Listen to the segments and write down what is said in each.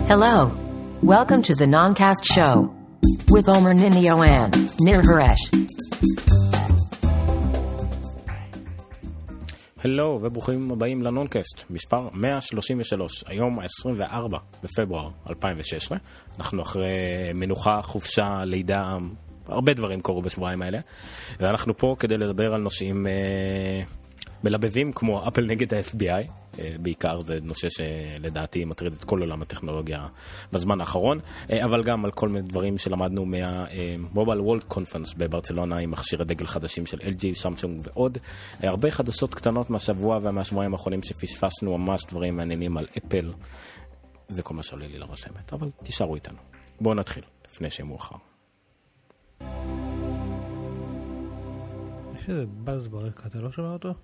Hello. Welcome to the Noncast Show with Omer Ninio and Nir Haresh. הלו וברוכים הבאים לנונקאסט, מספר 133, היום ה-24 בפברואר 2016. אנחנו אחרי מנוחה, חופשה, לידה, הרבה דברים קורו בשבועיים האלה. ואנחנו פה כדי לדבר על נושאים מלבבים כמו אפל נגד ה-FBI. בעיקר זה נושא שלדעתי מטריד את כל עולם הטכנולוגיה בזמן האחרון, אבל גם על כל מיני דברים שלמדנו מהמוביל וולד קונפרנס בברצלונה עם מכשירי דגל חדשים של LG, סמסונג ועוד. הרבה חדשות קטנות מהשבוע ומהשבועיים האחרונים שפספסנו, ממש דברים מעניינים על אפל. זה כל מה שעולה לי לראש האמת, אבל תישארו איתנו. בואו נתחיל לפני שמאוחר. יש איזה באז ברקע, אתה לא שומע אותו?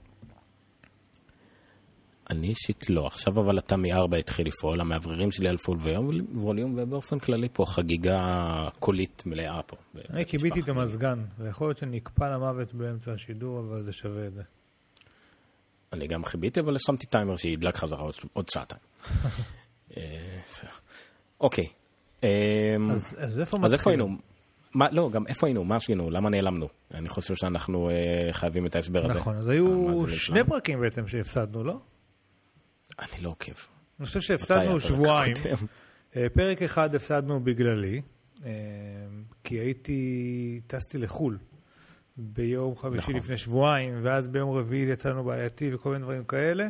אני אישית לא, עכשיו אבל אתה מ-4 התחיל לפעול, המעבררים שלי על פול ווליום, ובאופן כללי פה חגיגה קולית מלאה פה. אני קיביתי את המזגן, ויכול להיות שנקפא למוות באמצע השידור, אבל זה שווה את זה. אני גם חיביתי, אבל שמתי טיימר שידלק חזרה עוד שעתיים. אוקיי. אז איפה היינו? לא, גם איפה היינו? מה עשינו? למה נעלמנו? אני חושב שאנחנו חייבים את ההסבר הזה. נכון, אז היו שני פרקים בעצם שהפסדנו, לא? אני לא עוקב. אני חושב שהפסדנו שבועיים. פרק אחד הפסדנו בגללי, כי טסתי לחול ביום חמישי לפני שבועיים, ואז ביום רביעי יצאנו בעייתי וכל מיני דברים כאלה,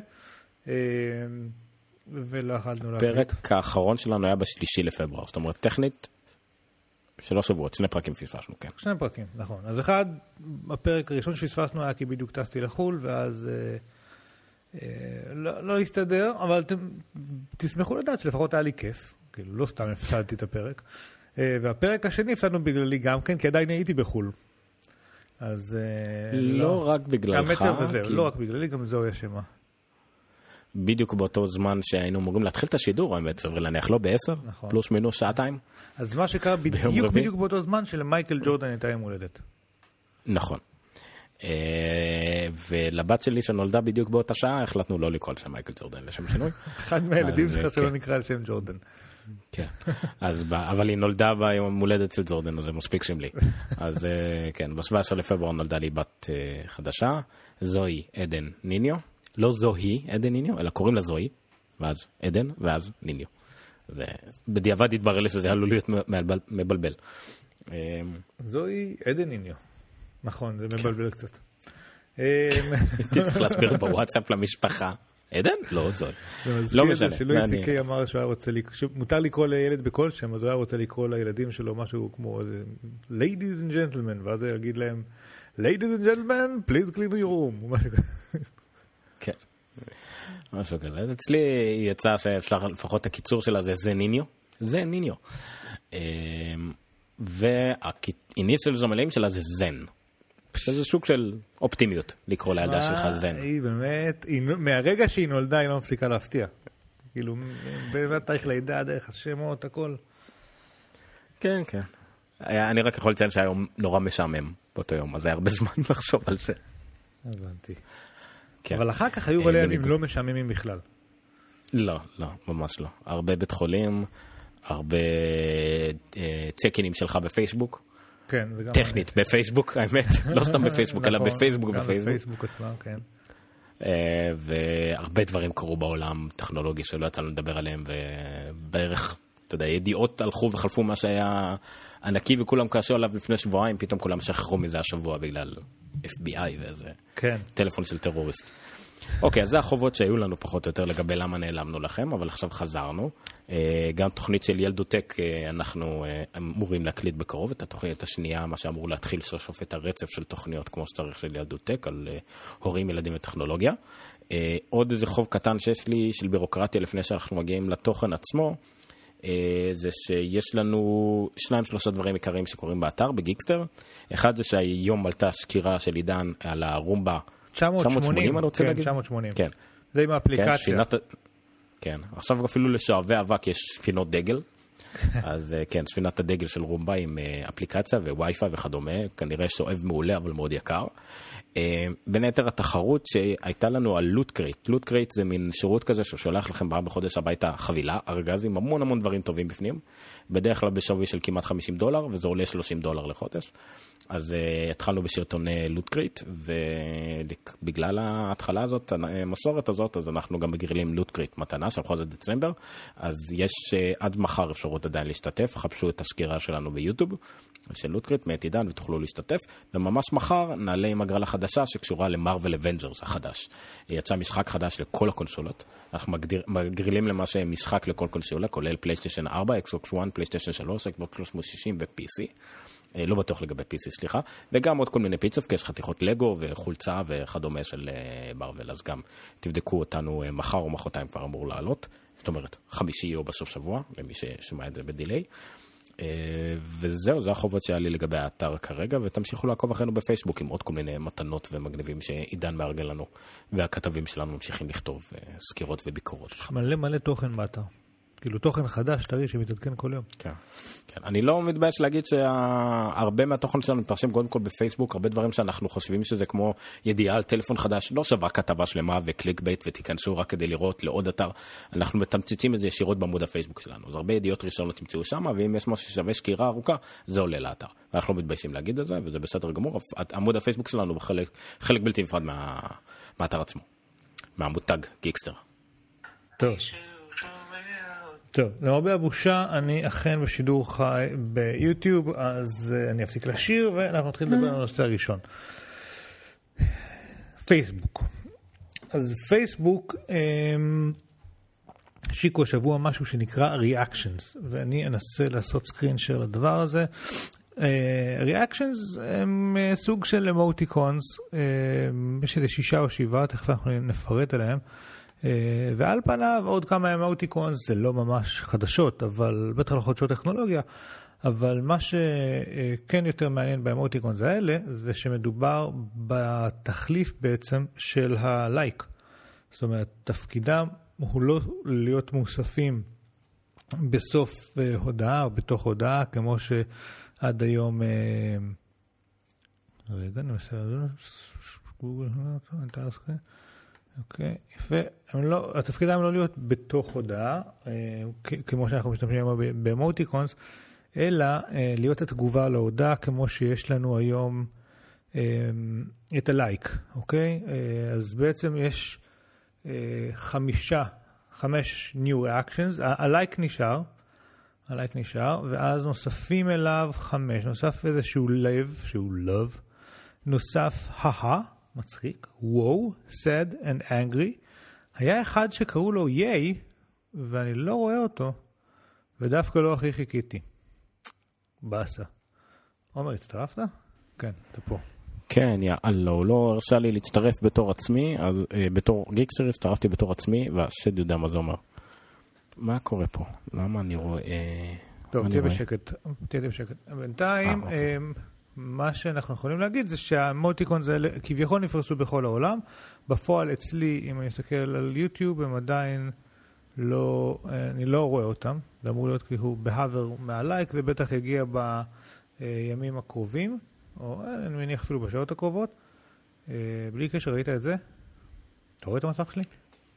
ולא יכלנו להגיד. הפרק האחרון שלנו היה ב3 לפברואר, זאת אומרת טכנית, 3 שבועות, 2 פרקים פספסנו, כן. 2 פרקים, נכון. אז אחד, הפרק הראשון שפספסנו היה כי בדיוק טסתי לחול, ואז לא להסתדר, אבל אתם תשמחו לדעת שלפחות היה לי כיף, כאילו לא סתם הפסדתי את הפרק. והפרק השני הפסדנו בגללי גם כן, כי עדיין הייתי בחול. אז לא רק בגללך. לא רק בגללי, גם זהו ישמה. בדיוק באותו זמן שהיינו אמורים להתחיל את השידור, האמת, סביר להניח, לא ב10, פלוס מינוס שעתיים. אז מה שקרה בדיוק באותו זמן שלמייקל ג'ורדן הייתה יום הולדת. נכון. ולבת שלי שנולדה בדיוק באותה שעה, החלטנו לא לקרוא על שם מייקל ג'ורדן לשם שינוי. אחד מהילדים שלך שלא נקרא על שם ג'ורדן. כן, אבל היא נולדה ביום הולדת של ג'ורדן, אז זה מספיק שם לי. אז כן, ב-17 לפברואר נולדה לי בת חדשה, זוהי עדן ניניו. לא זוהי עדן ניניו, אלא קוראים לה זוהי, ואז עדן, ואז ניניו. ובדיעבד התברר לי שזה עלול להיות מבלבל. זוהי עדן ניניו. נכון, זה מבלבל קצת. הייתי צריך להסביר בוואטסאפ למשפחה. עדן? לא, זוהי. לא משנה. שלואי סי-קיי אמר שמותר לקרוא לילד בכל שם, אז הוא היה רוצה לקרוא לילדים שלו משהו כמו ladies and gentlemen, ואז הוא יגיד להם, ladies and gentlemen, please clean your room. כן. משהו כזה. אצלי יצא שאפשר, לפחות הקיצור שלה זה ניניו. זה ניניו. והאיניסיאלס המלאים שלה זה זן. זה סוג של אופטימיות לקרוא לילדה שלך זן. היא באמת, מהרגע שהיא נולדה היא לא מפסיקה להפתיע. כאילו, באמת תאריך לידה, דרך השמות, הכל. כן, כן. אני רק יכול לציין שהיום נורא משעמם באותו יום, אז היה הרבה זמן לחשוב על זה. הבנתי. אבל אחר כך היו בעלי ימים לא משעממים בכלל. לא, לא, ממש לא. הרבה בית חולים, הרבה צ'קינים שלך בפייסבוק. כן, וגם טכנית בפייסבוק, האמת. לא סתם בפייסבוק, אלא בפייסבוק. גם בפייסבוק עצמם, כן. והרבה דברים קרו בעולם טכנולוגי שלא יצאנו לדבר עליהם, ובערך, אתה יודע, ידיעות הלכו וחלפו מה שהיה ענקי, וכולם קשו עליו לפני שבועיים, פתאום כולם שחררו מזה השבוע בגלל FBI ואיזה טלפון של טרוריסט. אוקיי, אז זה החובות שהיו לנו פחות או יותר לגבי למה נעלמנו לכם, אבל עכשיו חזרנו. גם תוכנית של ילדוטק אנחנו אמורים להקליט בקרוב, את התוכנית השנייה, מה שאמור להתחיל סוף את הרצף של תוכניות כמו שצריך של ילדוטק, על הורים, ילדים וטכנולוגיה. עוד איזה חוב קטן שיש לי של בירוקרטיה לפני שאנחנו מגיעים לתוכן עצמו, זה שיש לנו 2-3 דברים עיקריים שקורים באתר, בגיקסטר. אחד זה שהיום עלתה סקירה של עידן על הרומבה 980, אני רוצה להגיד. 980. כן. זה עם האפליקציה. כן, עכשיו אפילו לשואבי אבק יש ספינות דגל. אז כן, ספינת הדגל של רומבה עם אפליקציה ווי-פיי וכדומה, כנראה שואב מעולה אבל מאוד יקר. בין היתר התחרות שהייתה לנו על לוטקרייט. לוטקרייט זה מין שירות כזה ששולח לכם פעם בחודש הביתה חבילה, ארגז עם המון דברים טובים בפנים, בדרך כלל בשווי של כמעט $50, וזה עולה $30 לחודש. אז התחלנו בשרטוני לוטקרייט, ובגלל ההתחלה הזאת, המסורת הזאת, אז אנחנו גם מגרילים לוטקרייט מתנה של חודש דצמבר, אז יש עד מחר אפשרות עדיין להשתתף, חפשו את הסקירה שלנו ביוטיוב, של לוטקרייט מאת עידן ותוכלו להשתתף, וממש מחר נעלה עם הגרלה חדשה שקשורה למרוול אבנג'רס החדש. יצא משחק חדש לכל הקונסולות, אנחנו מגרילים למעשה משחק לכל קונסולה, כולל פלייסטיישן 4, Xbox One, פלייסטיישן 3, Xbox 360 ו-PC. לא בטוח לגבי PC, סליחה, וגם עוד כל מיני פיצף, כי יש חתיכות לגו וחולצה וכדומה של מרוול, אז גם תבדקו אותנו מחר או מחרתיים כבר אמור לעלות, זאת אומרת, חמישי או בסוף שבוע, למי ששמע את זה בדיליי, וזהו, זה החובות שהיה לי לגבי האתר כרגע, ותמשיכו לעקוב אחרינו בפייסבוק עם עוד כל מיני מתנות ומגניבים שעידן מארגן לנו, והכתבים שלנו ממשיכים לכתוב סקירות וביקורות. מלא תוכן באתר. כאילו תוכן חדש, טרי, שמתעדכן כל יום. כן, כן. אני לא מתבייש להגיד שהרבה מהתוכן שלנו מתפרסם קודם כל בפייסבוק, הרבה דברים שאנחנו חושבים שזה כמו ידיעה על טלפון חדש, לא שווה כתבה שלמה וקליק בייט ותיכנסו רק כדי לראות לעוד אתר. אנחנו מתמציצים את זה ישירות בעמוד הפייסבוק שלנו. אז הרבה ידיעות ראשונות תמצאו שם, ואם יש משהו ששווה סקירה ארוכה, זה עולה לאתר. ואנחנו לא מתביישים להגיד את זה, וזה בסדר גמור. עמוד הפייסבוק שלנו חלק בלתי נפרד מהאתר עצמו. מהמותג גיקסטר. טוב, למרבה הבושה, אני אכן בשידור חי ביוטיוב, אז אני אפסיק לשיר, ואנחנו נתחיל לדבר על הנושא הראשון. פייסבוק. אז פייסבוק, שיקו השבוע משהו שנקרא Reactions, ואני אנסה לעשות סקרין שר לדבר הזה. Reactions הם סוג של אמוטיקונס, יש איזה 6 או 7, תכף אנחנו נפרט עליהם. ועל פניו עוד כמה אמוטיקונס זה לא ממש חדשות, אבל בטח לא חדשות טכנולוגיה, אבל מה שכן יותר מעניין באמוטיקונס האלה זה שמדובר בתחליף בעצם של הלייק. זאת אומרת, תפקידם הוא לא להיות מוספים בסוף הודעה או בתוך הודעה, כמו שעד היום רגע, אני מסתכל גוגל, אוקיי, יפה. התפקידם לא להיות בתוך הודעה, כמו שאנחנו משתמשים באמוטיקונס, אלא להיות התגובה להודעה, כמו שיש לנו היום את הלייק, אוקיי? אז בעצם יש 5 new reactions, הלייק נשאר, ואז נוספים אליו 5, נוסף איזשהו לב, שהוא love, נוסף מצחיק, וואו, sad and angry. היה אחד שקראו לו ייי, ואני לא רואה אותו, ודווקא לא הכי חיכיתי. בסה. עומר, הצטרפת? כן, אתה פה. כן, יאללה, הוא לא הרשה לי להצטרף בתור עצמי, אז בתור גיקסטר הצטרפתי בתור עצמי, והשד יודע מה זה אומר. מה קורה פה? למה אני רואה... טוב, תהיה בשקט. בינתיים... מה שאנחנו יכולים להגיד זה שהאמוטיקונס האלה כביכול נפרסו בכל העולם. בפועל אצלי, אם אני אסתכל על יוטיוב, הם עדיין לא, אני לא רואה אותם. זה אמור להיות כאילו בהאבר מהלייק, זה בטח יגיע בימים הקרובים, או אני מניח אפילו בשעות הקרובות. בלי קשר, ראית את זה? אתה רואה את המסך שלי?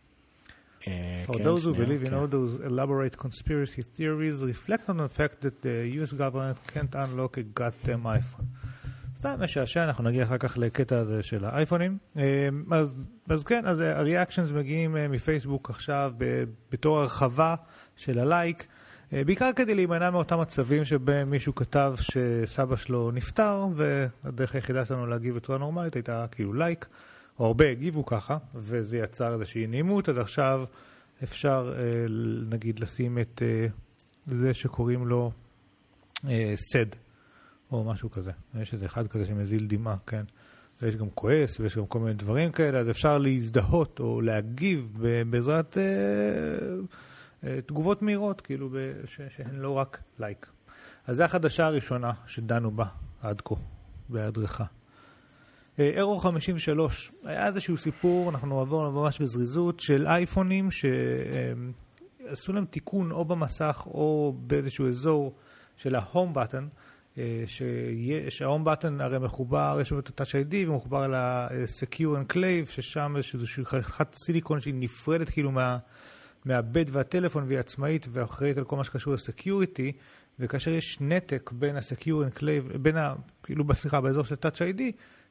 For those who believe in all those elaborate conspiracy theories, reflect on the fact that the US government can't unlock a goddamn iPhone. סתם משעשע, אנחנו נגיע אחר כך לקטע הזה של האייפונים. אז כן, אז ה-reactions מגיעים מפייסבוק עכשיו בתור הרחבה של הלייק, בעיקר כדי להימנע מאותם מצבים שבהם מישהו כתב שסבא שלו נפטר, והדרך היחידה שלנו להגיב בצורה נורמלית הייתה כאילו לייק, או הרבה הגיבו ככה, וזה יצר איזושהי נעימות. אז עכשיו אפשר נגיד לשים את זה שקוראים לו סד, או משהו כזה. יש איזה אחד כזה שמזיל דמעה, כן? ויש גם כועס, ויש גם כל מיני דברים כאלה, אז אפשר להזדהות או להגיב בעזרת תגובות מהירות, כאילו שהן לא רק לייק. אז זו החדשה הראשונה שדנו בה עד כה, בהדרכה. אירו 53, היה איזשהו סיפור, אנחנו נעבור ממש בזריזות, של אייפונים עשו להם תיקון או במסך או באיזשהו אזור של ה-Home button, שההום בטן הרי מחובר, יש את ה-Touch ID ומחובר ל-Secure Enclave, ששם יש איזושהי חתיכת סיליקון שהיא נפרדת כאילו מהבד והטלפון והיא עצמאית ואחראית על כל מה שקשור לסקיוריטי, וכאשר יש נתק בין ה-Secure Enclave, כאילו באזור של Touch ID,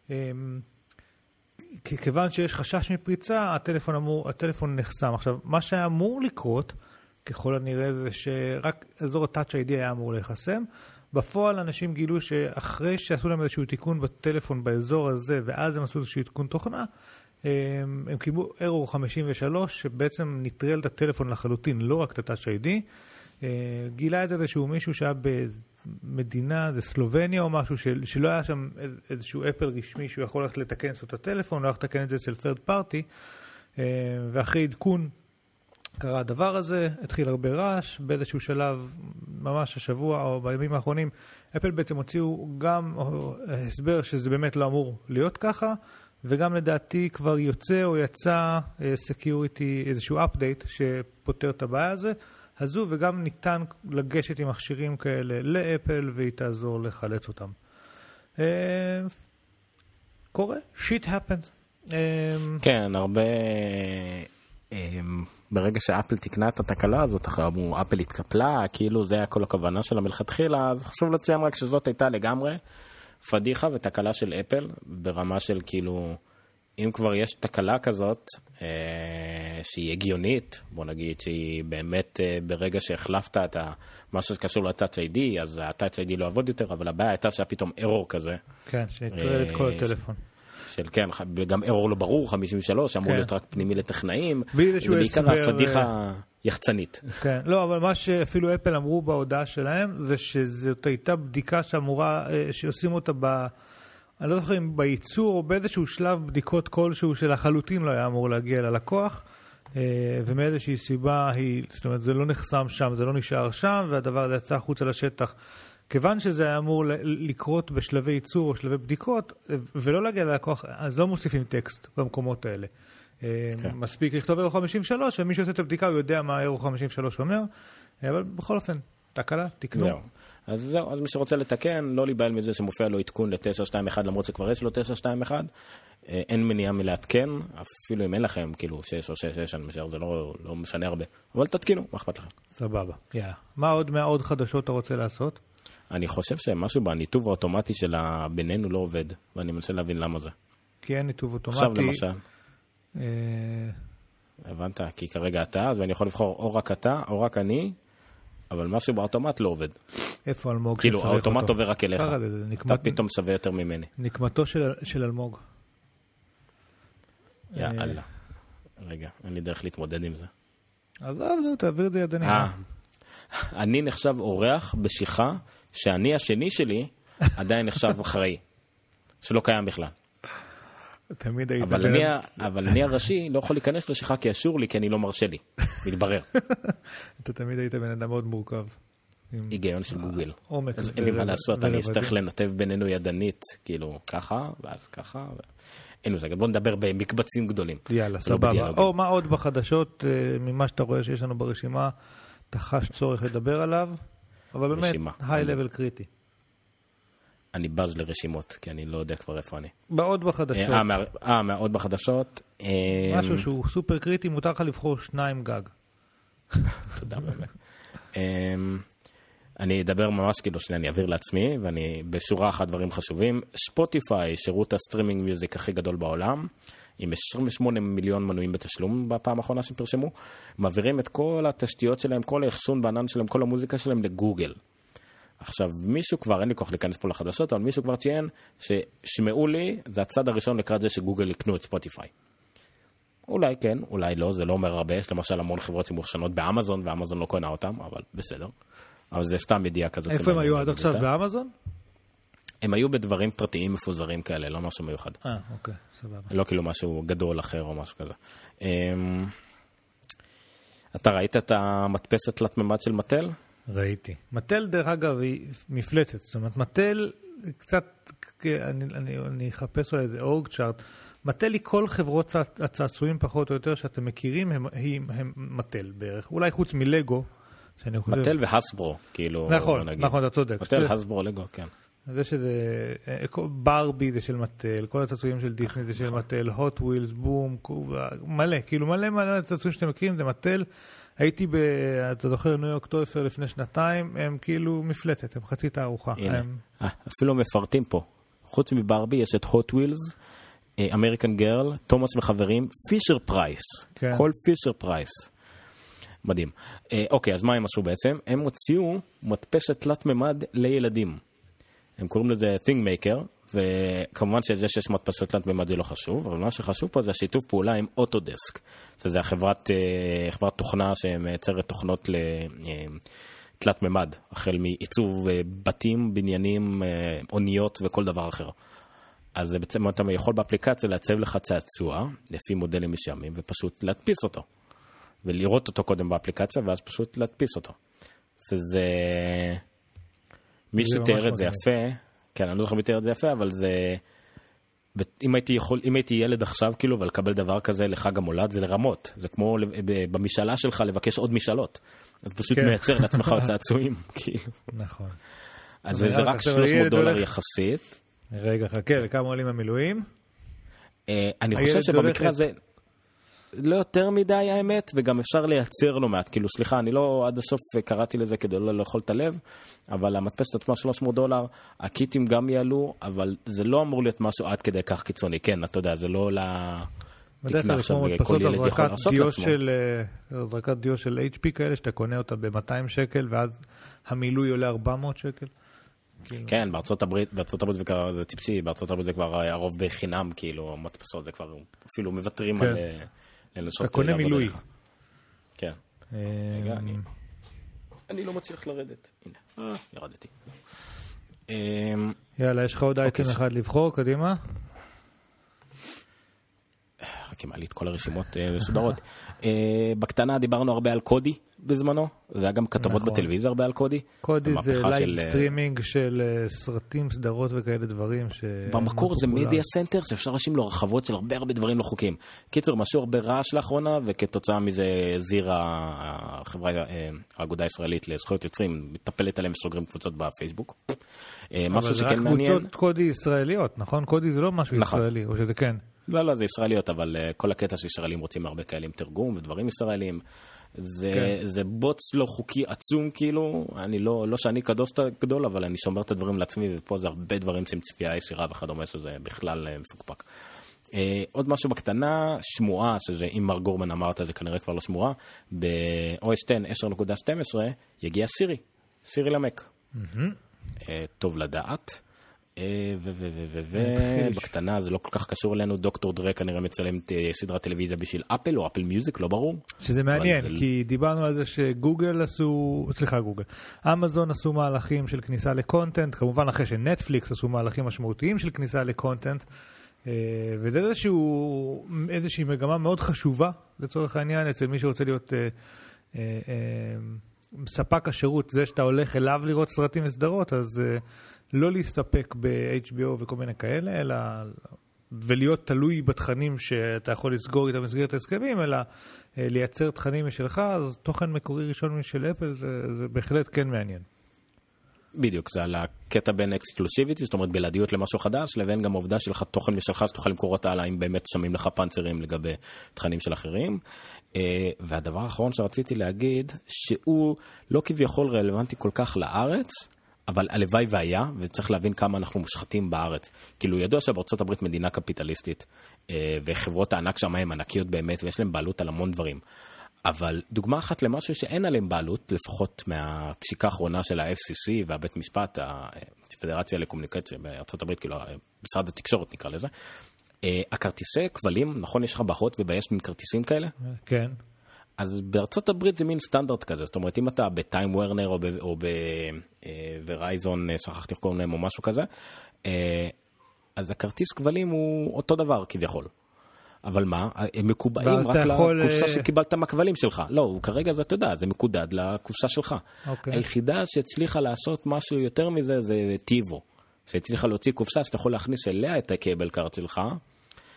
כיוון שיש חשש מפריצה, הטלפון נחסם. עכשיו, מה שהיה אמור לקרות, ככל הנראה זה שרק אזור ה-Touch ID היה אמור להיחסם, בפועל אנשים גילו שאחרי שעשו להם איזשהו תיקון בטלפון באזור הזה, ואז הם עשו איזשהו תיקון תוכנה, הם קיבלו error 53, שבעצם נטרל את הטלפון לחלוטין, לא רק את ה-Touch ID. גילה את זה איזשהו מישהו שהיה במדינה, זה סלובניה או משהו, שלא היה שם איזשהו אפל רשמי שהוא יכול ללכת לתקן את הטלפון, לא יכול לתקן את זה אצל third party, ואחרי עדכון קרה הדבר הזה, התחיל הרבה רעש, באיזשהו שלב, ממש השבוע או בימים האחרונים, אפל בעצם הוציאו גם הסבר שזה באמת לא אמור להיות ככה, וגם לדעתי כבר יוצא או יצא סקיוריטי, איזשהו אפדייט שפותר את הבעיה הזו, וגם ניתן לגשת עם מכשירים כאלה לאפל, והיא תעזור לחלץ אותם. קורה, shit happens. כן, הרבה... ברגע שאפל תקנה את התקלה הזאת, אפל התקפלה, כאילו זה היה כל הכוונה שלה מלכתחילה, אז חשוב לציין רק שזאת הייתה לגמרי פדיחה ותקלה של אפל, ברמה של כאילו, אם כבר יש תקלה כזאת, שהיא הגיונית, בוא נגיד שהיא באמת ברגע שהחלפת את משהו שקשור ל-Touch ID, אז ה-Touch ID לא עבוד יותר, אבל הבעיה הייתה שהיה פתאום error כזה. כן, שנטרל את כל הטלפון. של כן, וגם error לא ברור, 53, אמור להיות רק פנימי לטכנאים, זה בעיקר הפדיחה יחצנית. כן, לא, אבל מה שאפילו אפל אמרו בהודעה שלהם, זה שזאת הייתה בדיקה שאמורה, שעושים אותה אני לא זוכר אם בייצור או באיזשהו שלב בדיקות כלשהו שלחלוטין לא היה אמור להגיע ללקוח, ומאיזושהי סיבה זאת אומרת, זה לא נחסם שם, זה לא נשאר שם, והדבר הזה יצא חוץ על השטח. כיוון שזה היה אמור לקרות בשלבי ייצור או שלבי בדיקות, ולא להגיע ללקוח, אז לא מוסיפים טקסט במקומות האלה. מספיק לכתוב אירו 53, ומי שעושה את הבדיקה הוא יודע מה אירו 53 אומר, אבל בכל אופן, תקלה, תקנו. אז זהו, אז מי שרוצה לתקן, לא להיבהל מזה שמופיע לו עדכון ל-921, למרות שכבר יש לו 921, אין מניעה מלהתקן, אפילו אם אין לכם, כאילו 6 או 6, אני משער, זה לא משנה הרבה, אבל תתקינו, מה אכפת לכם? סבבה, יאללה. מה עוד חדשות אתה רוצה לעשות? אני חושב שמשהו בניתוב האוטומטי של בינינו לא עובד, ואני מנסה להבין למה זה. כי אין ניתוב אוטומטי. עכשיו למשל. הבנת, כי כרגע אתה, אז אני יכול לבחור או רק אתה, או רק אני, אבל משהו באוטומט לא עובד. איפה אלמוג שצריך אותו? כאילו, האוטומט עובר רק אליך. אתה פתאום שווה יותר ממני. נקמתו של אלמוג. יאללה. רגע, אין לי דרך להתמודד עם זה. אז תעביר את זה ידני. אני נחשב אורח בשיחה שאני השני שלי עדיין נחשב אחראי. שלא קיים בכלל. תמיד היית אבל אני הראשי לא יכול להיכנס לשיחה כי אשור לי, כי אני לא מרשה לי. מתברר. אתה תמיד היית בן אדם מאוד מורכב. היגיון של גוגל. עומק. אז אין לי מה לעשות, אני אצטרך לנתב בינינו ידנית, כאילו ככה, ואז ככה. אין לזה, בוא נדבר במקבצים גדולים. יאללה, סבבה. או מה עוד בחדשות, ממה שאתה רואה שיש לנו ברשימה, אתה חש צורך לדבר עליו, אבל באמת, היי-לבל קריטי. אני בז לרשימות, כי אני לא יודע כבר איפה אני. בעוד בחדשות. מהעוד בחדשות. משהו שהוא סופר קריטי, מותר לך לבחור 2 גג. תודה באמת. אני אדבר ממש כאילו שאני אעביר לעצמי, ואני בשורה אחת דברים חשובים. ספוטיפיי, שירות הסטרימינג מיוזיק הכי גדול בעולם, עם 28 מיליון מנויים בתשלום בפעם האחרונה שהם פרשמו, מעבירים את כל התשתיות שלהם, כל האחסון בענן שלהם, כל המוזיקה שלהם לגוגל. עכשיו, מישהו כבר, אין לי כוח להיכנס פה לחדשות, אבל מישהו כבר ציין ששמעו לי, זה הצד הראשון לקראת זה שגוגל יקנו את ספוטיפיי. אולי כן, אולי לא, זה לא אומר הרבה, יש למשל המון חברות שמוכשנות באמזון, ואמזון לא קונה אותם, אבל בסדר. אבל זה סתם ידיעה כזאת. איפה הם היו עד עכשיו באמזון? הם היו בדברים פרטיים מפוזרים כאלה, לא משהו מיוחד. אוקיי, סבבה. לא כאילו משהו גדול אחר או משהו כזה. אתה ראית את המדפסת תלת ממד של מטל? ראיתי. מטל דרך אגב היא מפלצת, זאת אומרת מטל קצת, אני אחפש אולי איזה אורג צ'ארט, מטל היא כל חברות הצעצועים פחות או יותר שאתם מכירים, הם מטל בערך. אולי חוץ מלגו, שאני חושב... מטל והסברו, כאילו... נכון, אתה צודק. מטל, הסברו, לגו, כן. זה שזה... ברבי זה של מטל, כל הצעצועים של דיסני זה של מטל, הוט ווילס, בום, מלא, כאילו מלא הצעצועים שאתם מכירים זה מטל. הייתי אתה זוכר, ניו יורק טויפר לפני שנתיים, הם כאילו מפלצת, הם חצי תערוכה. הנה, אפילו מפרטים פה. חוץ מברבי יש את הוט ווילס, אמריקן גרל, תומאס וחברים, פישר פרייס. כל פישר פרייס. מדהים. אוקיי, אז מה הם עשו בעצם? הם הוציאו מדפסת תלת ממד לילדים. הם קוראים לזה Thing Maker, וכמובן שזה שיש מדפסת תלת ממד זה לא חשוב, אבל מה שחשוב פה זה השיתוף פעולה עם אוטודסק. זה חברת תוכנה שמייצרת תוכנות לתלת ממד, החל מעיצוב בתים, בניינים, אוניות וכל דבר אחר. אז בעצם אתה יכול באפליקציה לעצב לך צעצוע, לפי מודלים מסוימים, ופשוט להדפיס אותו. ולראות אותו קודם באפליקציה, ואז פשוט להדפיס אותו. זה... מי שתיאר את זה יפה, כן, אני לא זוכר מי תיאר את זה יפה, אבל זה... אם הייתי ילד עכשיו, כאילו, ולקבל דבר כזה לחג המולד, זה לרמות. זה כמו במשאלה שלך לבקש עוד משאלות. אז פשוט מייצר לעצמך צעצועים, כאילו. נכון. אז זה רק $300 יחסית. רגע, חכה, וכמה עולים המילואים? אני חושב שבמקרה הזה... לא יותר מדי האמת, וגם אפשר לייצר לו מעט, כאילו סליחה, אני לא עד הסוף קראתי לזה כדי לא לאכול את הלב, אבל המדפסת עצמה $300, הקיטים גם יעלו, אבל זה לא אמור להיות משהו עד כדי כך קיצוני, כן, אתה יודע, זה לא תקנה עכשיו, כל ילד יכול לעשות לעצמו. הזרקת דיו של HP כאלה, שאתה קונה אותה ב-200 שקל, ואז המילוי עולה 400 שקל. כן, בארצות הברית זה טיפשי, בארצות הברית זה כבר הרוב בחינם, כאילו, מדפסות זה כבר אפילו מוותרים על... אתה קונה מילוי. כן. אני לא מצליח לרדת. הנה, ירדתי. יאללה, יש לך עוד אייטם אחד לבחור, קדימה. רק מעלי את כל הרשימות מסודרות. בקטנה דיברנו הרבה על קודי בזמנו, והיה גם כתבות בטלוויזיה הרבה על קודי. קודי זה לייב סטרימינג של סרטים, סדרות וכאלה דברים. במקור זה מדיה סנטר, שאפשר לשים לו רחבות של הרבה דברים לא חוקיים. קיצר, משהו הרבה רעש לאחרונה, וכתוצאה מזה זירה, האגודה הישראלית לזכויות יוצרים, מטפלת עליהם וסוגרים קבוצות בפייסבוק. אבל זה רק קבוצות קודי ישראליות, נכון? קודי זה לא משהו ישראלי, או שזה כן? לא, זה ישראליות, אבל כל הקטע שישראלים רוצים הרבה כאלה עם תרגום ודברים ישראלים. זה בוץ לא חוקי עצום, כאילו, אני לא שאני קדוש גדול, אבל אני שומר את הדברים לעצמי, ופה זה הרבה דברים שהם צפייה ישירה וכדומה, שזה בכלל מפוקפק. עוד משהו בקטנה, שמועה, שזה אם מר גורמן אמרת, זה כנראה כבר לא שמועה, ב-OS 10.12 יגיע סירי למק. טוב לדעת. ובקטנה זה לא כל כך קשור אלינו, דוקטור דרה כנראה מצלם סדרת טלוויזיה בשביל אפל או אפל מיוזיק, לא ברור. שזה מעניין, כי דיברנו על זה שגוגל עשו, אמזון עשו מהלכים של כניסה לקונטנט, כמובן אחרי שנטפליקס עשו מהלכים משמעותיים של כניסה לקונטנט, וזה איזושהי מגמה מאוד חשובה לצורך העניין, אצל מי שרוצה להיות ספק השירות, זה שאתה הולך אליו לראות סרטים וסדרות, אז לא להסתפק ב-HBO וכל מיני כאלה, אלא ולהיות תלוי בתכנים שאתה יכול לסגור איתם מסגרת ההסכמים, אלא לייצר תכנים משלך, אז תוכן מקורי ראשון משל אפל, זה בהחלט כן מעניין. בדיוק, זה על הקטע בין אקסקלוסיביטי, זאת אומרת בלעדיות למשהו חדש, לבין גם העובדה שלך תוכן משלך, שתוכל למכור אותה עליי אם באמת שמים לך פנצרים לגבי תכנים של אחרים. והדבר האחרון שרציתי להגיד, שהוא לא כביכול רלוונטי כל כך לארץ, אבל הלוואי והיה, וצריך להבין כמה אנחנו מושחתים בארץ. כאילו, ידוע שבארצות הברית מדינה קפיטליסטית, וחברות הענק שם הן ענקיות באמת, ויש להם בעלות על המון דברים. אבל דוגמה אחת למשהו שאין עליהם בעלות, לפחות מהפסיקה האחרונה של ה-FCC והבית משפט, הפדרציה לקומוניקציה בארצות הברית, כאילו, משרד התקשורת נקרא לזה, הכרטיסי כבלים, נכון, יש לך בהוט וביש מין כרטיסים כאלה? כן. אז בארצות הברית זה מין סטנדרט כזה, זאת אומרת, אם אתה בטיים וורנר או בוורייזון, שכחתי איך קוראים להם או משהו כזה, אז הכרטיס כבלים הוא אותו דבר כביכול. אבל מה? הם מקובעים רק לקופסה שקיבלת מהכבלים שלך. לא, כרגע זה, אתה יודע, זה מקודד לקופסה שלך. היחידה שהצליחה לעשות משהו יותר מזה זה טיבו, שהצליחה להוציא קופסה שאתה יכול להכניס אליה את הקייבל קארט שלך,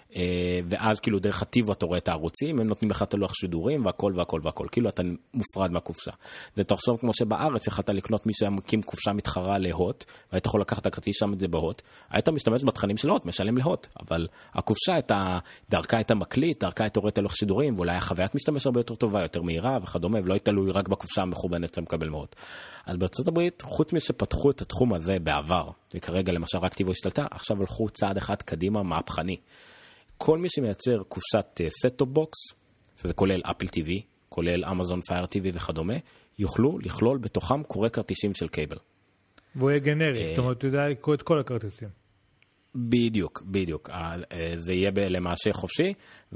ואז כאילו דרך הטיב אתה רואה את הערוצים, הם נותנים לך את הלוח שידורים והכל והכל והכל, כאילו אתה מופרד מהקופסה. ותחשוב כמו שבארץ יכולת לקנות מי שמקים קופסה מתחרה להוט, והיית יכול לקחת את הכרטיס שם את זה בהוט, היית משתמש בתכנים של הוט, משלם להוט, אבל הקופסה דרכה הייתה מקליט, דרכה הייתה רואה את הלוח שידורים, ואולי החוויית משתמש הרבה יותר טובה, יותר מהירה וכדומה, ולא הייתה תלוי רק בקופסה המכוונת למקבל מהוט. אז בארצות הברית, חוץ משפתחו את התחום הזה בעבר, וכרגע למשל רק טיבו השתלטה, עכשיו הלכו צעד אחד קדימה מהפכני. כל מי שמייצר קופסת סט-טופ בוקס, שזה כולל אפל TV, כולל אמזון פייר TV וכדומה, יוכלו לכלול בתוכם קורא כרטיסים של קייבל. והוא יהיה גנרי, זאת אומרת, הוא יודע לקרוא את כל הכרטיסים. בדיוק, בדיוק. זה יהיה למעשה חופשי,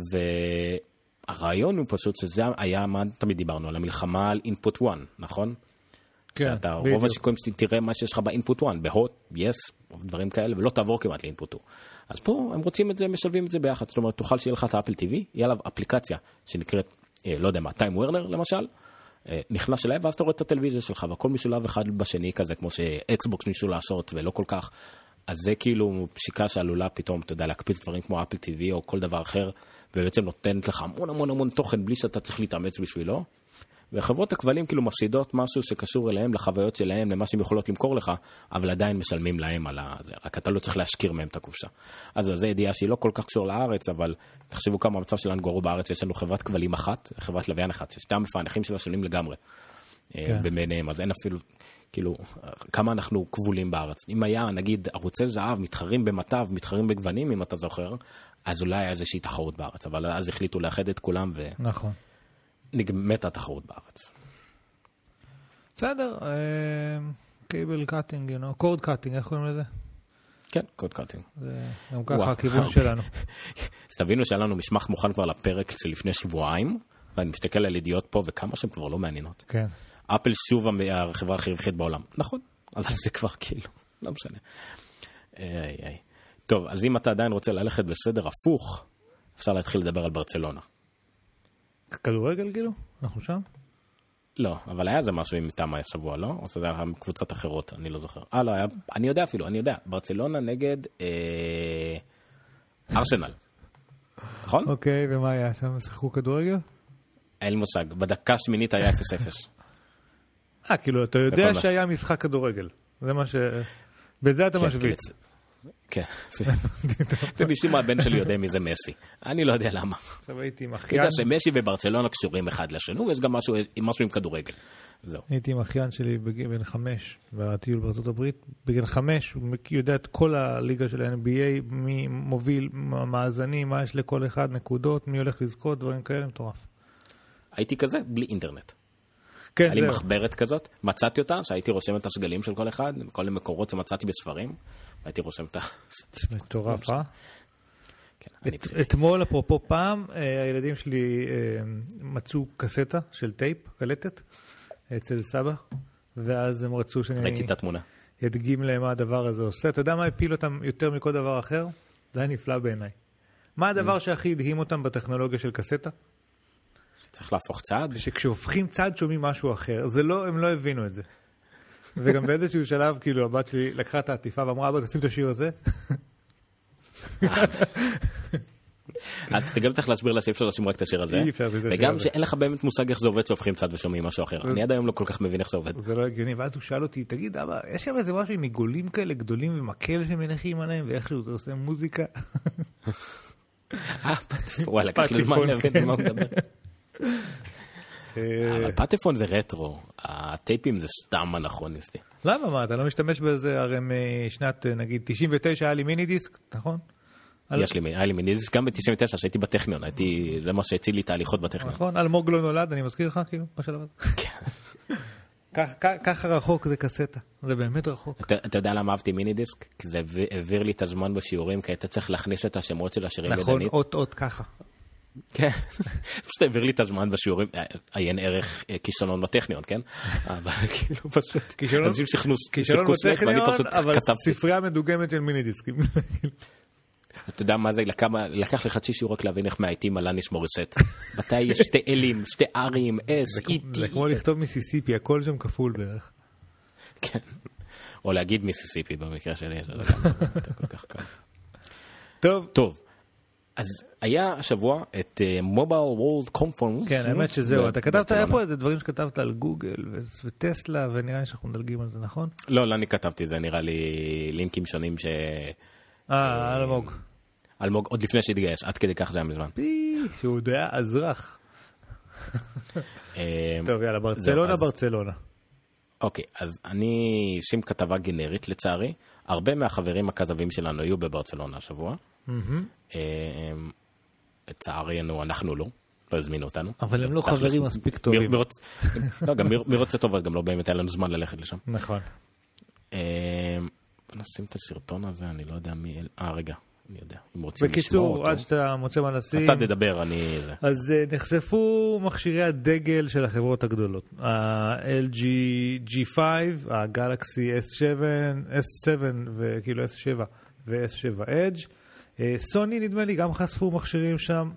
והרעיון הוא פשוט שזה היה מה תמיד דיברנו, על המלחמה על input one, נכון? כן, בדיוק. רוב הסיכויים תראה מה שיש לך ב-input one, בהוט, yes, דברים כאלה, ולא תעבור כמעט ל-input 2. אז פה הם רוצים את זה, משלבים את זה ביחד. זאת אומרת, תוכל שיהיה לך את האפל TV, יהיה עליו אפליקציה שנקראת, לא יודע מה, טיים וורנר למשל, נכנס אליי, ואז אתה רואה את הטלוויזיה שלך, והכל משולב אחד בשני כזה, כמו שאקסבוקס ניסו לעשות, ולא כל כך. אז זה כאילו פשיקה שעלולה פתאום, אתה יודע, להקפיץ דברים כמו אפל TV או כל דבר אחר, ובעצם נותנת לך המון המון המון תוכן, בלי שאתה צריך להתאמץ בשבילו. וחברות הכבלים כאילו מפסידות משהו שקשור אליהם, לחוויות שלהם, למה שהם יכולות למכור לך, אבל עדיין משלמים להם על זה. רק אתה לא צריך להשכיר מהם את הקופסה. אז זו ידיעה שהיא לא כל כך קשור לארץ, אבל תחשבו כמה המצב שלנו גרוע בארץ, יש לנו חברת כבלים אחת, חברת לוויין אחת, ששתי המפענחים שלה שונים לגמרי. ביניהם, אז אין אפילו, כאילו, כמה אנחנו כבולים בארץ. אם היה, נגיד, ערוצי זהב, מתחרים במטב, מתחרים בגוונים, אם אתה זוכר, אז אולי היה איזושהי תחרות בארץ, אבל אז החליטו לאחד את כולם נכון. נגמרת התחרות בארץ. בסדר, קייבל קאטינג, קורד קאטינג, איך קוראים לזה? כן, קורד קאטינג. זה גם ככה הכיוון שלנו. אז תבינו שהיה לנו מסמך מוכן כבר לפרק של לפני שבועיים, ואני משתכל על ידיעות פה, וכמה שהן כבר לא מעניינות. כן. אפל שוב החברה הכי רווחית בעולם. נכון, אבל זה כבר כאילו, לא משנה. טוב, אז אם אתה עדיין רוצה ללכת בסדר הפוך, אפשר להתחיל לדבר על ברצלונה. כדורגל כאילו? אנחנו שם? לא, אבל היה זה משהו מטעם השבוע, לא? או שזה היה קבוצות אחרות, אני לא זוכר. לא, היה, אני יודע אפילו, אני יודע. ברצלונה נגד ארסנל. נכון? אוקיי, ומה היה שם? שיחקו כדורגל? אין לי מושג. בדקה שמינית היה 0-0. כאילו, אתה יודע שהיה משחק כדורגל. זה מה ש... בזה אתה משוויץ. כן. ומשום מה הבן שלי יודע מי זה מסי. אני לא יודע למה. עכשיו הייתי עם אחיין. אתה יודע שמסי וברצלונה קשורים אחד לשני, ויש גם משהו עם כדורגל. זהו. הייתי עם אחיין שלי בן 5, בטיול בארצות הברית. בגן 5, הוא יודע את כל הליגה של ה-NBA, מי מוביל מאזנים, מה יש לכל אחד, נקודות, מי הולך לזכות, דברים כאלה, מטורף. הייתי כזה בלי אינטרנט. כן, היה לי מחברת כזאת, מצאתי אותה, שהייתי רושם את הסגלים של כל אחד, כל המקורות שמצאתי בספרים, והייתי רושם את ה... מטורף, אה? אתמול, אפרופו פעם, הילדים שלי מצאו קסטה של טייפ, קלטת, אצל סבא, ואז הם רצו שאני... ראיתי את התמונה. ידגים להם מה הדבר הזה עושה. אתה יודע מה הפיל אותם יותר מכל דבר אחר? זה היה נפלא בעיניי. מה הדבר שהכי הדהים אותם בטכנולוגיה של קסטה? שצריך להפוך צעד? שכשהופכים צעד שומעים משהו אחר. זה לא, הם לא הבינו את זה. וגם באיזשהו שלב, כאילו, הבת שלי לקחה את העטיפה ואמרה, אבא, תשים את השיר הזה. אתה גם צריך להסביר לה שאי אפשר לשמוע את השיר הזה. וגם שאין לך באמת מושג איך זה עובד שהופכים צעד ושומעים משהו אחר. אני עד היום לא כל כך מבין איך זה עובד. זה לא הגיוני. ואז הוא שאל אותי, תגיד, אבא, יש שם איזה משהו עם עיגולים כאלה גדולים ומקל שמנחים עליהם, ואיכשהו זה עושה מוזיקה? וואלה, לקח לי זמן להבין מה הוא מדבר. אבל פטפון זה רטרו, הטייפים זה סתם אנכרוניסטי. למה? מה? אתה לא משתמש בזה? הרי משנת, נגיד, 99 היה לי מיני דיסק, נכון? היה לי מיני דיסק גם ב-99 שהייתי בטכניון, זה מה שהציל לי את ההליכות בטכניון. נכון, אלמוג לא נולד, אני מזכיר לך כאילו, בשלב הזה. ככה רחוק זה קסטה, זה באמת רחוק. אתה יודע למה אהבתי מיני דיסק? כי זה העביר לי את הזמן בשיעורים, כי היית צריך להכניס את השמות של השירים בדנית. נכון, אות ככה. כן, פשוט העביר לי את הזמן בשיעורים, עיין ערך כישלון בטכניון, כן? אבל כאילו פשוט, אנשים כישלון בטכניון, אבל ספרייה מדוגמת של מיני דיסקים. אתה יודע מה זה, לקח לי חצי שיעור רק להבין איך מהעיתים על לניש מוריסט. מתי יש שתי אלים, שתי ארים, אס, איטי. זה כמו לכתוב מיסיסיפי, הכל שם כפול בערך. כן, או להגיד מיסיסיפי במקרה שלי, זה לא כל כך קל. טוב. אז היה השבוע את Mobile World Conference. כן, האמת שזהו, אתה כתבת, היה פה איזה דברים שכתבת על גוגל וטסלה, ונראה לי שאנחנו מדלגים על זה, נכון? לא, אני כתבתי זה, נראה לי לינקים שונים אלמוג. אלמוג, עוד לפני שהתגייס, עד כדי כך זה היה מזמן. שהוא עוד היה אזרח. טוב, יאללה, ברצלונה. אוקיי, אז אני שים כתבה גנרית לצערי. הרבה מהחברים הכתבים שלנו היו בברצלונה השבוע. לצערנו אנחנו לא הזמינו אותנו. אבל הם לא חברים מספיק טובים. מי רוצה טוב, אז גם לא באמת היה לנו זמן ללכת לשם. נכון. נשים את הסרטון הזה, אני לא יודע מי... רגע, אני יודע. בקיצור, עד שאתה מוצא מה לשים. אתה תדבר, אז נחשפו מכשירי הדגל של החברות הגדולות. ה-LG G5, הגלקסי S7 וכאילו S7 ו-S7 Edge. סוני נדמה לי גם חשפו מכשירים שם.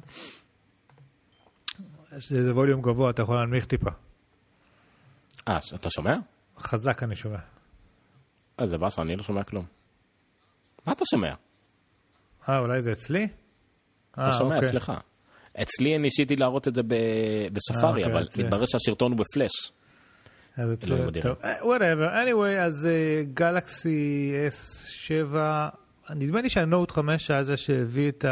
זה ווליום גבוה, אתה יכול להנמיך טיפה. אתה שומע? חזק אני שומע. זה בסדר, אני לא שומע כלום. מה אתה שומע? אולי זה אצלי? אתה שומע אצלך. אצלי ניסיתי להראות את זה בספארי, אבל מתברר שהשרטון הוא בפלאש. אז אצלי, טוב. whatever. anyway, אז גלקסי S7, נדמה לי שהנוט 5 היה זה שהביא את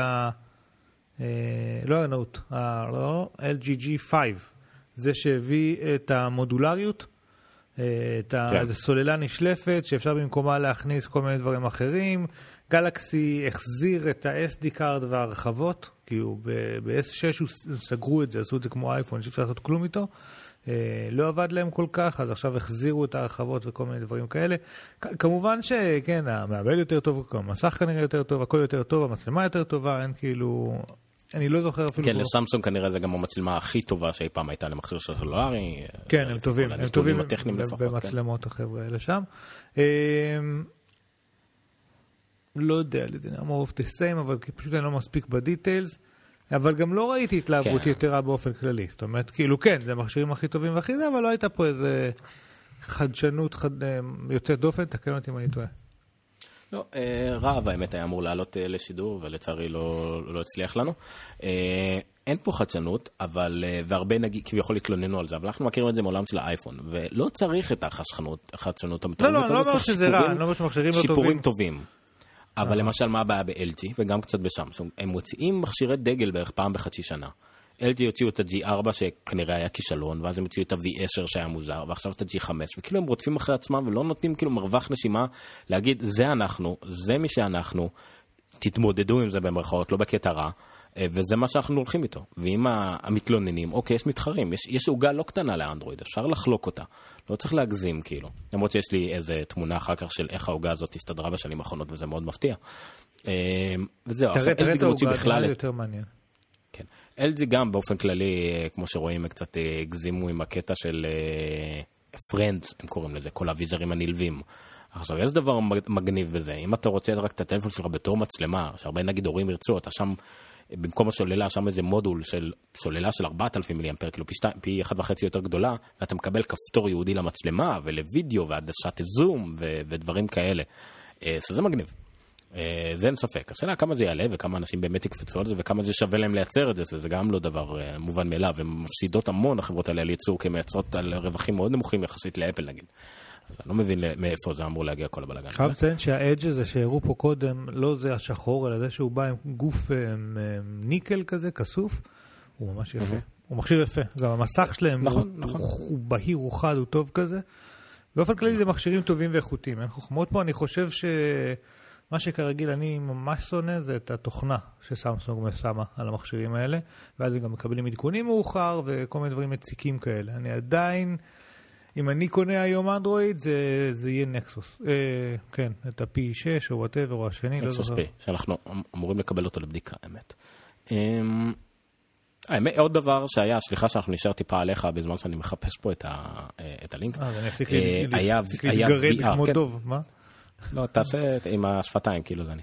לא הנוט, LG G5, זה שהביא את המודולריות, את הסוללה נשלפת, שאפשר במקומה להכניס כל מיני דברים אחרים. גלקסי החזיר את ה-SD קארד והרחבות, כי ב-S6 סגרו את זה, עשו את זה כמו אייפון, שאפשר לעשות כלום איתו. לא עבד להם כל כך, אז עכשיו החזירו את הרחבות וכל מיני דברים כאלה. כמובן שכן, המעבד יותר טוב, המסך כנראה יותר טוב, הכל יותר טוב, המצלמה יותר טובה, אין כאילו... אני לא זוכר אפילו... כן, לסמסונג כנראה זה גם המצלמה הכי טובה שאי פעם הייתה למכשיר של סלולרי. כן, הם טובים, הם טובים במצלמות החבר'ה האלה שם. לא יודע, more of the same, אבל פשוט אני לא מספיק בדיטיילס, אבל גם לא ראיתי התלהבות יתרה באופן כללי. זאת אומרת, כאילו כן, זה המכשירים הכי טובים והכי זה, אבל לא הייתה פה איזה חדשנות יוצאת דופן, תקן אותי אם אני טועה. לא, רעב האמת היה אמור לעלות לשידור, ולצערי לא הצליח לנו. אין פה חדשנות, אבל, והרבה נגיד, כביכול התלוננו על זה, אבל אנחנו מכירים את זה מעולם של האייפון, ולא צריך את החדשנות המטורפת. לא אומר שזה רע, לא אומר שמכשירים לא טובים. שיפורים טובים. אבל למשל, מה הבעיה ב-LG, וגם קצת בסמסונג, הם מוציאים מכשירי דגל בערך פעם בחצי שנה. LG הוציאו את ה-G4 שכנראה היה כישלון, ואז הם הוציאו את ה-V10 שהיה מוזר, ועכשיו את ה-G5, וכאילו הם רודפים אחרי עצמם, ולא נותנים כאילו מרווח נשימה להגיד, זה אנחנו, זה מי שאנחנו, תתמודדו עם זה במרכאות, לא בקטע רע, וזה מה שאנחנו הולכים איתו. ואם המתלוננים, אוקיי, יש מתחרים, יש עוגה לא קטנה לאנדרואיד, אפשר לחלוק אותה, לא צריך להגזים כאילו. למרות שיש לי איזה תמונה אחר כך של איך העוגה הזאת הסתדרה בשנים האחרונות, וזה מאוד מפתיע. וזהו, תראה את העוגה, זה יותר מעניין. כן. LG גם באופן כללי, כמו שרואים, קצת הגזימו עם הקטע של Friends, הם קוראים לזה, כל הוויזרים הנלווים. עכשיו, יש דבר מגניב בזה. אם אתה רוצה רק את הטלפון שלך בתור מצלמה, שהרבה נגיד הורים ירצו, אתה שם, במקום השוללה, שם איזה מודול של שוללה של 4,000 מיליאמפר, כאילו פי 1.5 יותר גדולה, ואתה מקבל כפתור יהודי למצלמה, ולוידאו, ועדשת זום, ודברים כאלה. שזה מגניב. זה אין ספק. השאלה כמה זה יעלה וכמה אנשים באמת יקפצו על זה וכמה זה שווה להם לייצר את זה, זה גם לא דבר מובן מאליו, הן מפסידות המון החברות האלה על ייצור, כי הן מייצרות על רווחים מאוד נמוכים יחסית לאפל נגיד. אז אני לא מבין מאיפה זה אמור להגיע כל הבלגן. חייב לציין שהאדג' הזה שהראו פה קודם, לא זה השחור, אלא זה שהוא בא עם גוף ניקל כזה, כסוף, הוא ממש יפה. הוא מכשיר יפה. גם המסך שלהם הוא בהיר, הוא חד, הוא טוב כזה. באופן כללי זה מכשירים טובים ואיכותיים. אין חוכמות פה, אני חושב מה שכרגיל אני ממש שונא זה את התוכנה שסמסונג שמה על המכשירים האלה, ואז הם גם מקבלים עדכונים מאוחר וכל מיני דברים מציקים כאלה. אני עדיין, אם אני קונה היום אנדרואיד, זה יהיה נקסוס. כן, את ה-P6 או whatever או השני. נקסוס P, שאנחנו אמורים לקבל אותו לבדיקה, האמת. עוד דבר שהיה, סליחה שאנחנו נשאר טיפה עליך בזמן שאני מחפש פה את הלינק. אני אפסיק להתגרד כמו דוב, מה? לא, תעשה עם השפתיים, כאילו זה אני.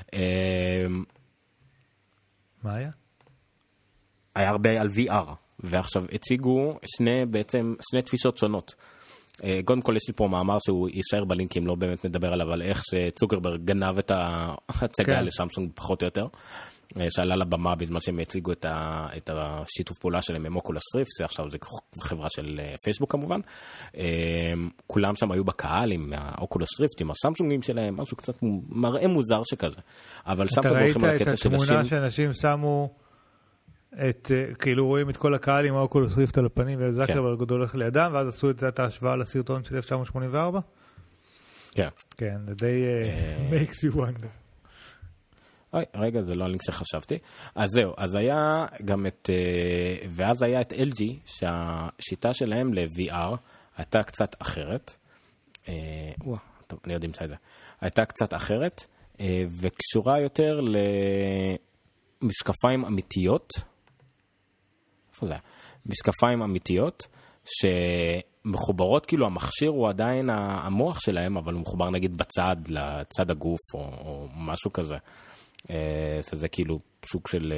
מה היה? היה הרבה על VR, ועכשיו הציגו שני תפיסות שונות. קודם כל יש לי פה מאמר שהוא יישאר בלינקים, לא באמת נדבר עליו, על איך שצוקרברג גנב את ההצגה לסמסונג פחות או יותר. שעלה לבמה בזמן שהם הציגו את השיתוף פעולה שלהם עם אוקולוס ריפט, עכשיו זה חברה של פייסבוק כמובן. כולם שם היו בקהל עם האוקולוס ריפט, עם הסמסונגים שלהם, משהו קצת מראה מוזר שכזה. אבל שם כבר הולכים על הקטע של אתה ראית את התמונה שאנשים שמו, כאילו רואים את כל הקהל עם האוקולוס ריפט על הפנים, וזקרברג עוד הולך לידם, ואז עשו את ההשוואה לסרטון של 1984? כן. כן, זה די makes you wonder. רגע, זה לא הלינק שחשבתי. אז זהו, אז היה גם ואז היה את LG, שהשיטה שלהם ל-VR הייתה קצת אחרת. טוב, אני עוד אמצא את זה. הייתה קצת אחרת, וקשורה יותר למשקפיים אמיתיות. איפה זה היה? משקפיים אמיתיות, שמחוברות, כאילו המכשיר הוא עדיין המוח שלהם, אבל הוא מחובר נגיד בצד, לצד הגוף, או משהו כזה. זה כאילו סוג של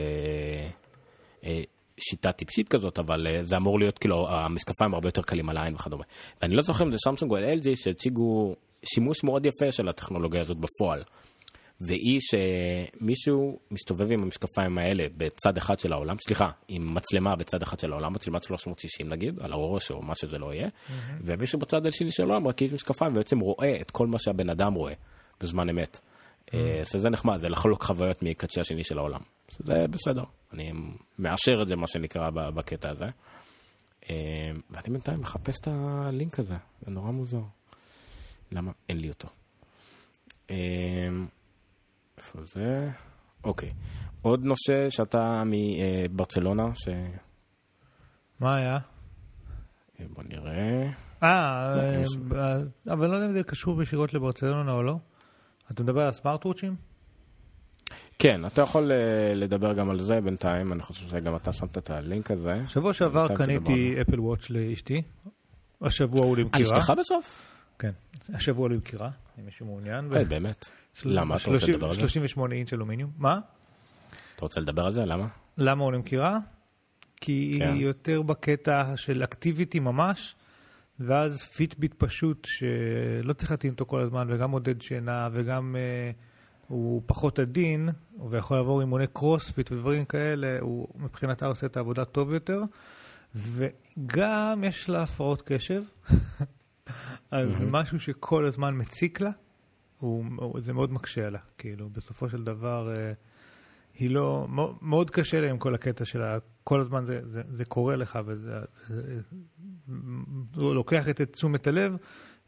שיטה טיפשית כזאת, אבל זה אמור להיות כאילו המשקפיים הרבה יותר קלים על העין וכדומה. ואני לא זוכר אם זה סמסונג או LG שהציגו שימוש מאוד יפה של הטכנולוגיה הזאת בפועל. והיא שמישהו מסתובב עם המשקפיים האלה בצד אחד של העולם, סליחה, עם מצלמה בצד אחד של העולם, מצלמת 360 נגיד, על הראש או מה שזה לא יהיה, ומישהו בצד השני של העולם מרכיב משקפיים ובעצם רואה את כל מה שהבן אדם רואה בזמן אמת. שזה נחמד, זה לחלוק חוויות מקצה השני של העולם. זה בסדר. אני מאשר את זה, מה שנקרא, בקטע הזה. ואני בינתיים מחפש את הלינק הזה. זה נורא מוזר. למה? אין לי אותו. איפה זה? אוקיי. עוד נושא שאתה מברצלונה, מה היה? בוא נראה. אבל לא יודע אם זה קשור בשירות לברצלונה או לא. אתה מדבר על הסמארט-וואצ'ים? כן, אתה יכול לדבר גם על זה בינתיים, אני חושב שגם אתה שמת את הלינק הזה. שבוע שעבר קניתי אפל וואץ' לאשתי, השבוע הוא למכירה. על אשתך בסוף? כן, השבוע הוא למכירה, אם מישהו מעוניין. באמת? למה? אתה רוצה לדבר על זה? 38 אינץ' אלומיניום. מה? אתה רוצה לדבר על זה? למה? למה הוא למכירה? כי היא יותר בקטע של אקטיביטי ממש, ואז פיטביט פשוט שלא צריך להתאים אותו כל הזמן, וגם מודד שינה, וגם הוא פחות עדין, ויכול לעבור אימוני קרוספיט ודברים כאלה, הוא מבחינתה עושה את העבודה טוב יותר, וגם יש לה הפרעות קשב, אז משהו שכל הזמן מציק לה, זה מאוד מקשה לה, כאילו בסופו של דבר היא לא, מאוד קשה לה עם כל הקטע שלה, כל הזמן זה קורה לך, וזה לוקח את תשומת הלב.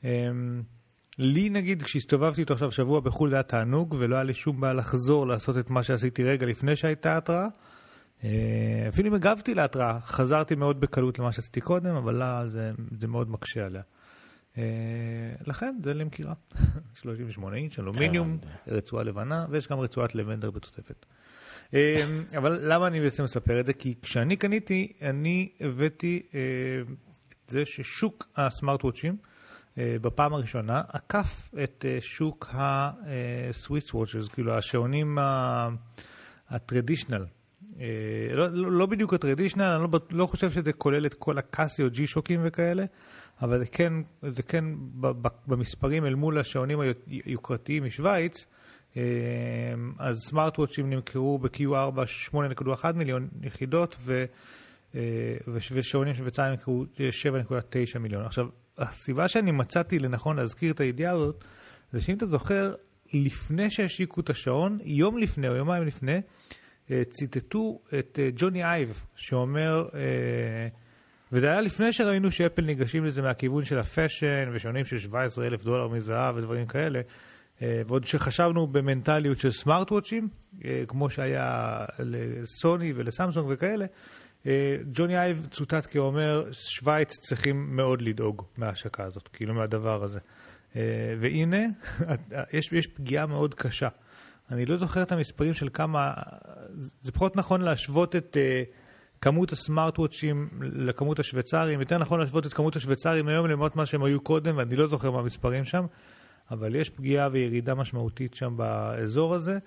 לי נגיד, כשהסתובבתי איתו עכשיו שבוע בחול, זה היה תענוג, ולא היה לי שום בעיה לחזור לעשות את מה שעשיתי רגע לפני שהייתה התראה. אפילו אם הגבתי להתראה, חזרתי מאוד בקלות למה שעשיתי קודם, אבל לא, זה מאוד מקשה עליה. לכן זה למכירה. 38 אינץ' אלומיניום, רצועה לבנה, ויש גם רצועת לבנדר בתוספת. אבל למה אני בעצם מספר את זה? כי כשאני קניתי, אני הבאתי את זה ששוק הסמארט-וואצ'ים בפעם הראשונה עקף את שוק הסוויץ וואצ'רס, כאילו השעונים הטרדישנל. לא בדיוק הטרדישנל, אני לא חושב שזה כולל את כל הקאסי או ג'י שוקים וכאלה, אבל זה כן במספרים אל מול השעונים היוקרתיים משוויץ, אז סמארט-וואצ'ים נמכרו ב-Q4 8.1 מיליון יחידות, ושעונים שבצע נמכרו 7.9 מיליון. עכשיו, הסיבה שאני מצאתי לנכון להזכיר את הידיעה הזאת, זה שאם אתה זוכר, לפני שהשיקו את השעון, יום לפני או יומיים לפני, ציטטו את ג'וני אייב, שאומר, וזה היה לפני שראינו שאפל ניגשים לזה מהכיוון של הפשן, ושעונים של $17,000 מזהב ודברים כאלה, ועוד שחשבנו במנטליות של סמארט-וואצ'ים, כמו שהיה לסוני ולסמסונג וכאלה, ג'וני אייב צוטט כאומר, שוויץ צריכים מאוד לדאוג מההשקה הזאת, כאילו מהדבר הזה. והנה, יש פגיעה מאוד קשה. אני לא זוכר את המספרים של כמה, זה פחות נכון להשוות את כמות הסמארט-וואצ'ים לכמות השוויצרים, יותר נכון להשוות את כמות השוויצרים היום למרות מה שהם היו קודם, ואני לא זוכר מה המספרים שם, אבל יש פגיעה וירידה משמעותית שם באזור הזה,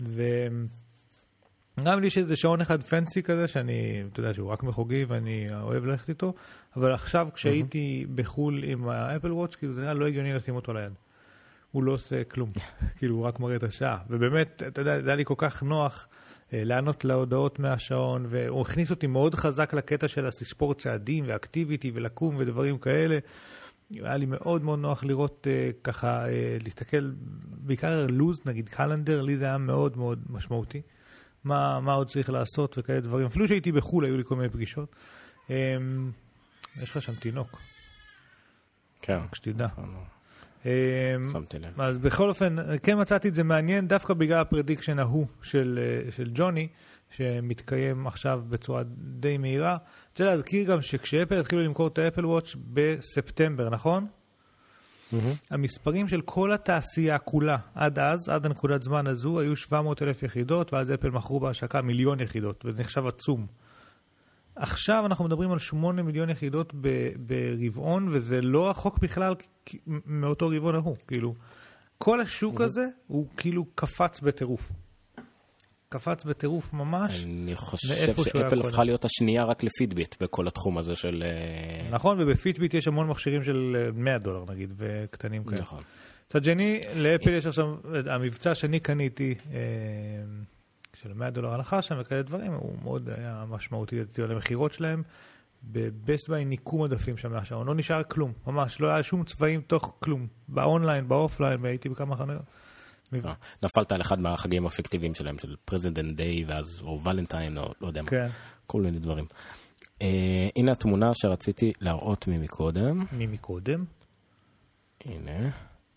גם לי שזה שעון אחד פנסי כזה, שאני, אתה יודע, שהוא רק מחוגי ואני אוהב ללכת איתו, אבל עכשיו כשהייתי בחול עם האפל וואץ', כאילו זה נראה לא הגיוני לשים אותו ליד. הוא לא עושה כלום, כאילו הוא רק מראה את השעה. ובאמת, אתה יודע, זה היה לי כל כך נוח לענות להודעות מהשעון, והוא הכניס אותי מאוד חזק לקטע של לספור צעדים ואקטיביטי ולקום ודברים כאלה. היה לי מאוד מאוד נוח לראות ככה, להסתכל, בעיקר לוז, נגיד קלנדר, לי זה היה מאוד מאוד משמעותי. מה עוד צריך לעשות וכאלה דברים. אפילו שהייתי בחול, היו לי כל מיני פגישות. יש לך שם תינוק. כן. כשתדע. שמתי לב. אז בכל אופן, כן מצאתי את זה מעניין, דווקא בגלל הפרדיקשן ההוא של ג'וני, שמתקיים עכשיו בצורה די מהירה. רוצה להזכיר גם שכשאפל התחילו למכור את האפל וואץ' בספטמבר, נכון? המספרים של כל התעשייה כולה, עד הנקודת זמן הזו, היו 700,000 יחידות, ואז אפל מכרו בהשקה 1,000,000 יחידות, וזה נחשב עצום. עכשיו אנחנו מדברים על 8 מיליון יחידות ברבעון, וזה לא רחוק בכלל מאותו רבעון ההוא. כאילו, כל השוק הזה הוא כאילו קפץ בטירוף. קפץ בטירוף ממש. אני חושב שאפל הפכה להיות השנייה רק לפיטביט בכל התחום הזה של... נכון, ובפיטביט יש המון מכשירים של $100 נגיד, וקטנים כאלה. נכון. צד שני, לאפל יש עכשיו, המבצע שאני קניתי של $100 הנחה שם וכאלה דברים, הוא מאוד היה משמעותי על המחירות שלהם. בבסט ביי ניקו מדפים שם מהשעון, לא נשאר כלום, ממש, לא היה שום צבעים תוך כלום. באונליין, באופליין, הייתי בכמה חנויות. נפלת על אחד מהחגים האפקטיביים שלהם, של פרזידנט דיי, ואז, או ולנטיין, או לא יודע מה, כל מיני דברים. הנה התמונה שרציתי להראות ממקודם. ממקודם? הנה.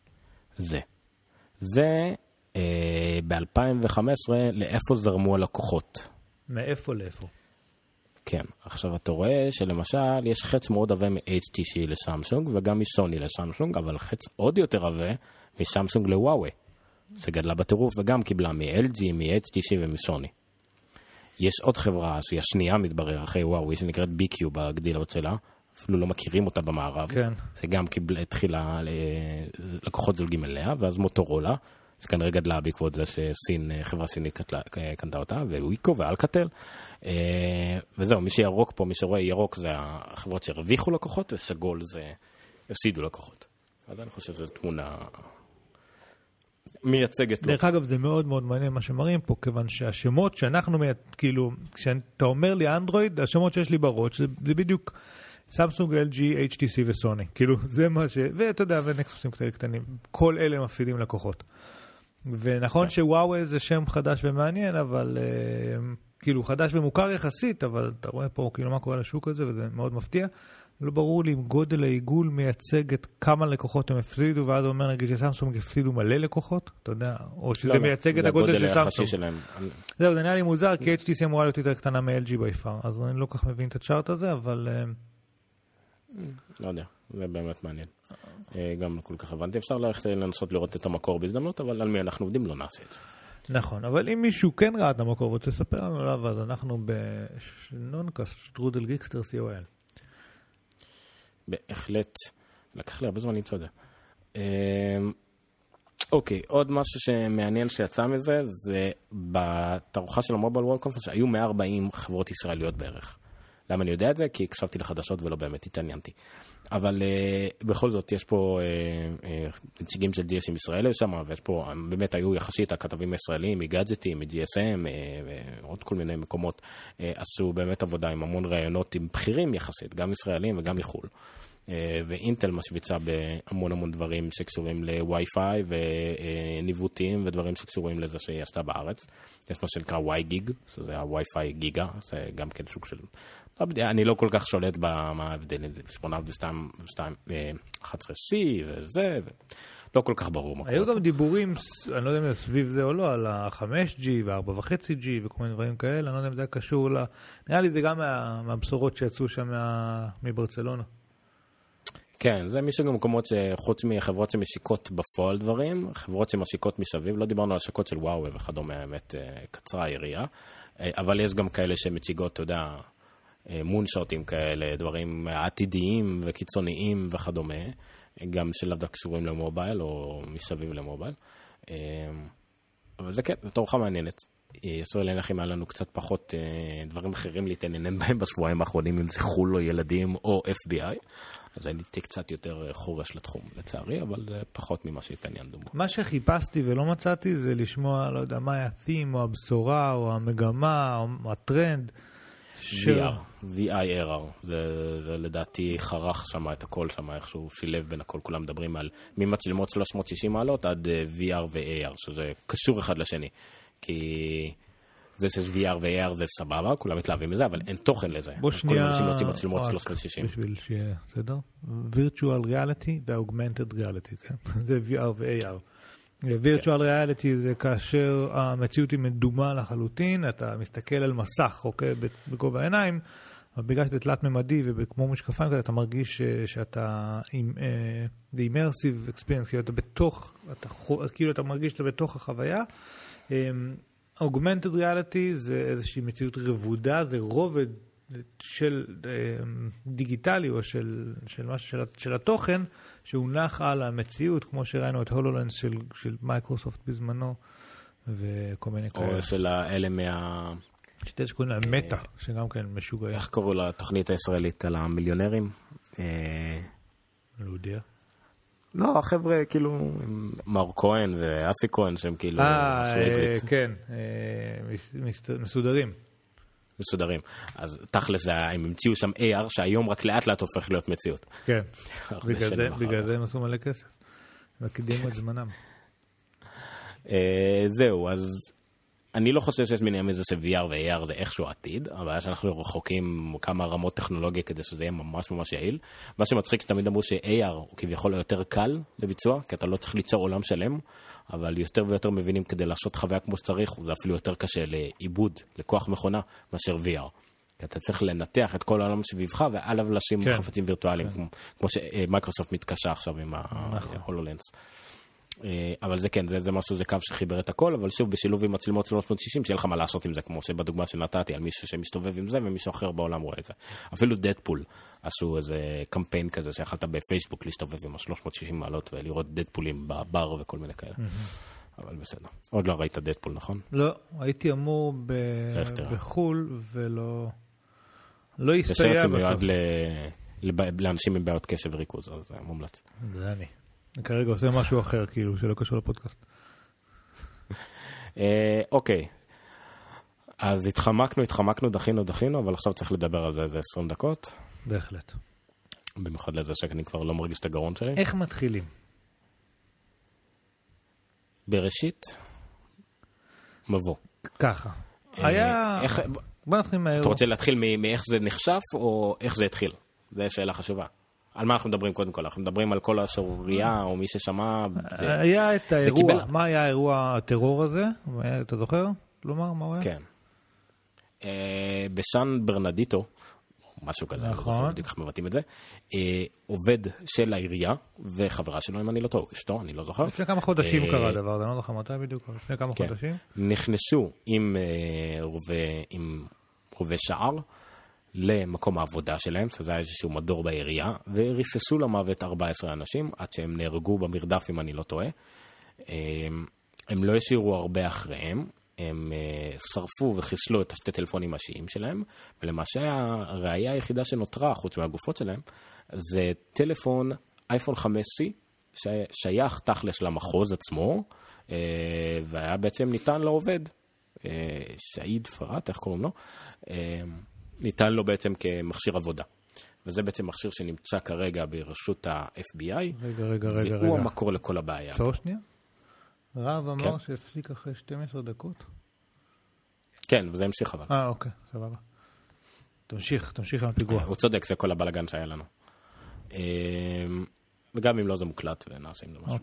זה ב-2015, לאיפה זרמו הלקוחות. מאיפה לאיפה? כן, עכשיו אתה רואה שלמשל יש חץ מאוד עבה מ-HTC לסמסונג, וגם מסוני לסמסונג, אבל חץ עוד יותר עבה מסמסונג לוואוי. שגדלה בטירוף וגם קיבלה מ-LG, מ-HTC ומסוני. יש עוד חברה שהיא השנייה מתברר אחרי וואוי, שנקראת BQ בגדיל ההוצלה, אפילו לא מכירים אותה במערב. כן. זה גם התחילה לקוחות זולגים אליה, ואז מוטורולה, זה כנראה גדלה בעקבות זה שסין, חברה סינית קנתה אותה, וויקו ואלקטל. וזהו, מי שירוק פה, מי שרואה ירוק זה החברות שהרוויחו לקוחות, וסגול זה הפסידו לקוחות. אז אני חושב שזו תמונה... מייצגת. דרך אגב, זה מאוד מאוד מעניין מה שמראים פה, כיוון שהשמות שאנחנו, כאילו, כשאתה אומר לי אנדרואיד, השמות שיש לי בראש, זה בדיוק סמסונג, LG, HTC וסוני. כאילו, זה מה ש... ואתה יודע, ונקסוסים כאלה קטנים. כל אלה מפסידים לקוחות. ונכון שוואוי זה שם חדש ומעניין, אבל כאילו חדש ומוכר יחסית, אבל אתה רואה פה כאילו מה קורה לשוק הזה, וזה מאוד מפתיע. לא ברור לי אם גודל העיגול מייצג את כמה לקוחות הם הפסידו, ואז הוא אומר נגיד שסמסונג הפסידו מלא לקוחות, אתה יודע, או שזה מייצג את הגודל של סמסונג. זהו, זה נראה לי מוזר, כי HTC אמורה להיות יותר קטנה מ-LG ביפר, אז אני לא כך מבין את הצ'ארט הזה, אבל... לא יודע, זה באמת מעניין. גם כל כך הבנתי, אפשר לנסות לראות את המקור בהזדמנות, אבל על מי אנחנו עובדים לא נעשה את זה. נכון, אבל אם מישהו כן ראה את המקור ורוצה לספר לנו עליו, אז אנחנו בנונקאסט, שטרודל גיקסטר COL. בהחלט, לקח לי הרבה זמן למצוא את זה. אוקיי, עוד משהו שמעניין שיצא מזה, זה בתערוכה של המובייל וורלד קונפרנס, היו 140 חברות ישראליות בערך. למה אני יודע את זה? כי הקשבתי לחדשות ולא באמת התעניינתי. אבל בכל זאת, יש פה נציגים של GSM ישראל שם, ויש פה, באמת היו יחסית הכתבים הישראלים, מגאדג'טים, מ-GSM, ועוד כל מיני מקומות, עשו באמת עבודה עם המון רעיונות עם בכירים יחסית, גם ישראלים וגם מחול. ואינטל משוויצה בהמון המון דברים שקשורים לווי-פיי וניווטים ודברים שקשורים לזה שהיא עשתה בארץ. יש מה שנקרא Y-Gig, שזה הווי-פיי גיגה, זה גם כן סוג של... אני לא כל כך שולט במה ההבדל, 802.11c וזה, לא כל כך ברור. היו גם דיבורים, אני לא יודע אם סביב זה או לא, על ה-5G ו-4.5G וכל מיני דברים כאלה, אני לא יודע אם זה היה קשור נראה לי זה גם מהבשורות שיצאו שם מברצלונה. כן, זה מישהו גם מקומות שחוץ מחברות שמשיקות בפועל דברים, חברות שמשיקות מסביב, לא דיברנו על השקות של וואוי וכדומה, האמת קצרה היריעה, אבל יש גם כאלה שמציגות, אתה יודע, מונשוטים כאלה, דברים עתידיים וקיצוניים וכדומה, גם שלאו דווקא קשורים למובייל או מסביב למובייל. אבל זה כן, זו תערוכה מעניינת. יסור להניח אם היה לנו קצת פחות דברים אחרים להתעניין בהם בשבועיים האחרונים, אם זה חול או ילדים או FBI, אז הייתי קצת יותר חורש לתחום, לצערי, אבל זה פחות ממה שהתעניין דומו. מה שחיפשתי ולא מצאתי זה לשמוע, לא יודע, מה היה ה-theme או הבשורה או המגמה או הטרנד. VIR, זה לדעתי חרך שם את הכל שם, איכשהו שילב בין הכל, כולם מדברים על ממצלמות 360 מעלות עד VR ו-AR, שזה קשור אחד לשני, כי זה שיש VR ו-AR זה סבבה, כולם מתלהבים מזה, אבל אין תוכן לזה. בוא שנייה, כל אנשים יוצאים מצלמות 360. בשביל שיהיה סדר, virtual reality ו-augmented reality, כן? זה VR ו-AR. virtual reality זה כאשר המציאות היא מדומה לחלוטין, אתה מסתכל על מסך, אוקיי, בגובה העיניים, אבל בגלל שזה תלת ממדי וכמו משקפיים כזה, אתה מרגיש שאתה עם the immersive experience, כאילו אתה בתוך, כאילו אתה מרגיש שאתה בתוך החוויה. augmented reality זה איזושהי מציאות רבודה, זה רובד של דיגיטלי או של התוכן שהונח על המציאות, כמו שראינו את הולולנס של מייקרוסופט בזמנו וכל מיני כאלה. או של האלה שיטה שקוראים לה מטה, שגם כן משוגע. איך קראו לתוכנית הישראלית על המיליונרים? לא יודע. לא, החבר'ה כאילו מר כהן ואסי כהן שהם כאילו כן, מסודרים. אז תכלס הם המציאו שם AR שהיום רק לאט לאט הופך להיות מציאות. כן, בגלל זה הם עשו מלא כסף. מקדימו את זמנם. זהו, אז אני לא חושב שיש מניעה מזה ש-VR ו-AR זה איכשהו עתיד, אבל שאנחנו רחוקים כמה רמות טכנולוגיה כדי שזה יהיה ממש ממש יעיל. מה שמצחיק שתמיד אמרו ש-AR הוא כביכול יותר קל לביצוע, כי אתה לא צריך ליצור עולם שלם, אבל יותר ויותר מבינים כדי לעשות חוויה כמו שצריך, זה אפילו יותר קשה לעיבוד, לכוח מכונה, מאשר VR. כי אתה צריך לנתח את כל העולם סביבך, ועליו לשים חפצים וירטואליים, כמו שמייקרוסופט מתקשה עכשיו עם ההולולנס. אבל זה כן, זה משהו, זה קו שחיבר את הכל, אבל שוב בשילוב עם מצלמות 360, שיהיה לך מה לעשות עם זה, כמו שבדוגמה שנתתי, על מישהו שמסתובב עם זה, ומישהו אחר בעולם רואה את זה. אפילו דדפול, עשו איזה קמפיין כזה, שיכלת בפייסבוק להסתובב עם ה-360 מעלות, ולראות דדפולים בבר וכל מיני כאלה. אבל בסדר. עוד לא ראית דדפול, נכון? לא, הייתי אמור בחול, ולא הסתייע בסוף. מיועד לאנשים עם בעיות קשב וריכוז, אז זה מומלץ. זה אני כרגע עושה משהו אחר, כאילו, שלא קשור לפודקאסט. אוקיי. אז התחמקנו, דחינו, אבל עכשיו צריך לדבר על זה איזה 20 דקות. בהחלט. במיוחד לזה שאני כבר לא מרגיש את הגרון שלי. איך מתחילים? בראשית, מבוא. ככה. בוא נתחיל מהאירוע. אתה רוצה להתחיל מאיך זה נחשף, או איך זה התחיל? זו שאלה חשובה. על מה אנחנו מדברים קודם כל? אנחנו מדברים על כל השערורייה, או מי ששמע... היה את האירוע. מה היה האירוע הטרור הזה? אתה זוכר? לומר, מה הוא היה? כן. בסן ברנדיטו, משהו כזה, נכון. בדיוק איך מבטאים את זה, עובד של העירייה, וחברה שלו, אם אני לא טועה, אשתו, אני לא זוכר. לפני כמה חודשים קרה דבר, אני לא זוכר מתי בדיוק, לפני כמה חודשים. נכנסו עם רובי שער, למקום העבודה שלהם, שזה היה איזשהו מדור בעירייה, וריססו למוות 14 אנשים, עד שהם נהרגו במרדף, אם אני לא טועה. הם לא השאירו הרבה אחריהם, הם שרפו וחיסלו את השתי טלפונים האישיים שלהם, ולמעשה הראייה היחידה שנותרה, חוץ מהגופות שלהם, זה טלפון אייפון 5C, ששייך תכלס למחוז עצמו, והיה בעצם ניתן לעובד, שעיד פרט, איך קוראים לו? ניתן לו בעצם כמכשיר עבודה. וזה בעצם מכשיר שנמצא כרגע ברשות ה-FBI, והוא המקור לכל הבעיה. צור שנייה? רב אמר שהפסיק אחרי 12 דקות? כן, וזה המשיך אבל. אוקיי, סבבה. תמשיך על פיגוע. הוא צודק, זה כל הבלגן שהיה לנו. וגם אם לא זה מוקלט ונעשה עם זה משהו.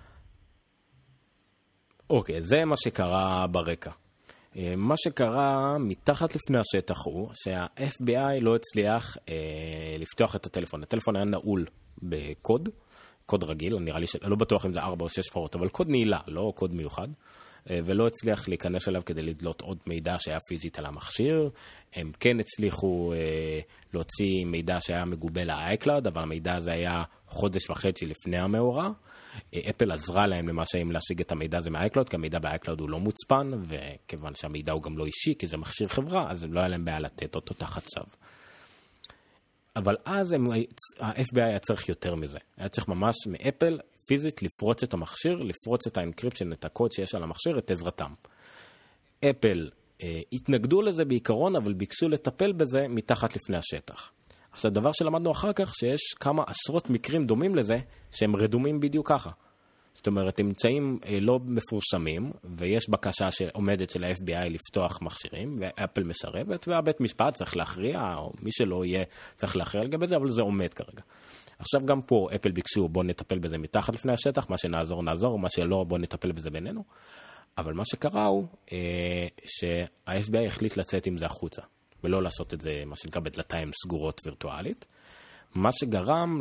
אוקיי, זה מה שקרה ברקע. מה שקרה מתחת לפני השטח הוא שה-FBI לא הצליח לפתוח את הטלפון. הטלפון היה נעול בקוד, קוד רגיל, נראה לי שלא בטוח אם זה 4 או 6 ספרות, אבל קוד נעילה, לא קוד מיוחד. ולא הצליח להיכנס אליו כדי לדלות עוד מידע שהיה פיזית על המכשיר. הם כן הצליחו להוציא מידע שהיה מגובה ל-iCloud, אבל המידע הזה היה חודש וחצי לפני המאורע. אפל עזרה להם למעשה אם להשיג את המידע הזה מה-iCloud, כי המידע ב-iCloud הוא לא מוצפן, וכיוון שהמידע הוא גם לא אישי, כי זה מכשיר חברה, אז לא היה להם בעיה לתת אותו תחת צו. אבל אז ה-FBI היה צריך יותר מזה. היה צריך ממש מאפל פיזית לפרוץ את המכשיר, לפרוץ את האנקריפשן, את הקוד שיש על המכשיר, את עזרתם. אפל התנגדו לזה בעיקרון, אבל ביקשו לטפל בזה מתחת לפני השטח. עכשיו, הדבר שלמדנו אחר כך, שיש כמה עשרות מקרים דומים לזה, שהם רדומים בדיוק ככה. זאת אומרת, הם נמצאים לא מפורסמים, ויש בקשה שעומדת של ה-FBI לפתוח מכשירים, ואפל מסרבת, והבית משפט צריך להכריע, או מי שלא יהיה צריך להכריע לגבי זה, אבל זה עומד כרגע. עכשיו גם פה אפל ביקשו, בוא נטפל בזה מתחת לפני השטח, מה שנעזור נעזור, מה שלא בוא נטפל בזה בינינו. אבל מה שקרה הוא שה-FBI החליט לצאת עם זה החוצה, ולא לעשות את זה, מה שנקרא, בדלתיים סגורות וירטואלית. מה שגרם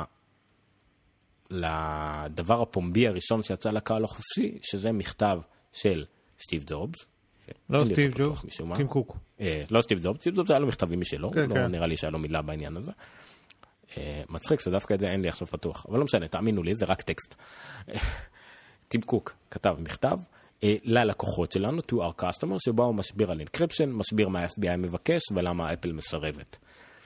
לדבר הפומבי הראשון שיצא לקהל החופשי, שזה מכתב של סטיב ג'ובס. לא סטיב ג'ובס, טים קוק. לא סטיב ג'ובס, סטיב ג'ובס היה לו מכתבים משלו, לא נראה לי שהיה לו מילה בעניין הזה. מצחיק שדווקא את זה אין לי עכשיו פתוח, אבל לא משנה, תאמינו לי, זה רק טקסט. טים קוק כתב מכתב ללקוחות שלנו, to our customers, שבו הוא מסביר על encryption, מסביר מה ה-FBI מבקש ולמה אפל מסרבת.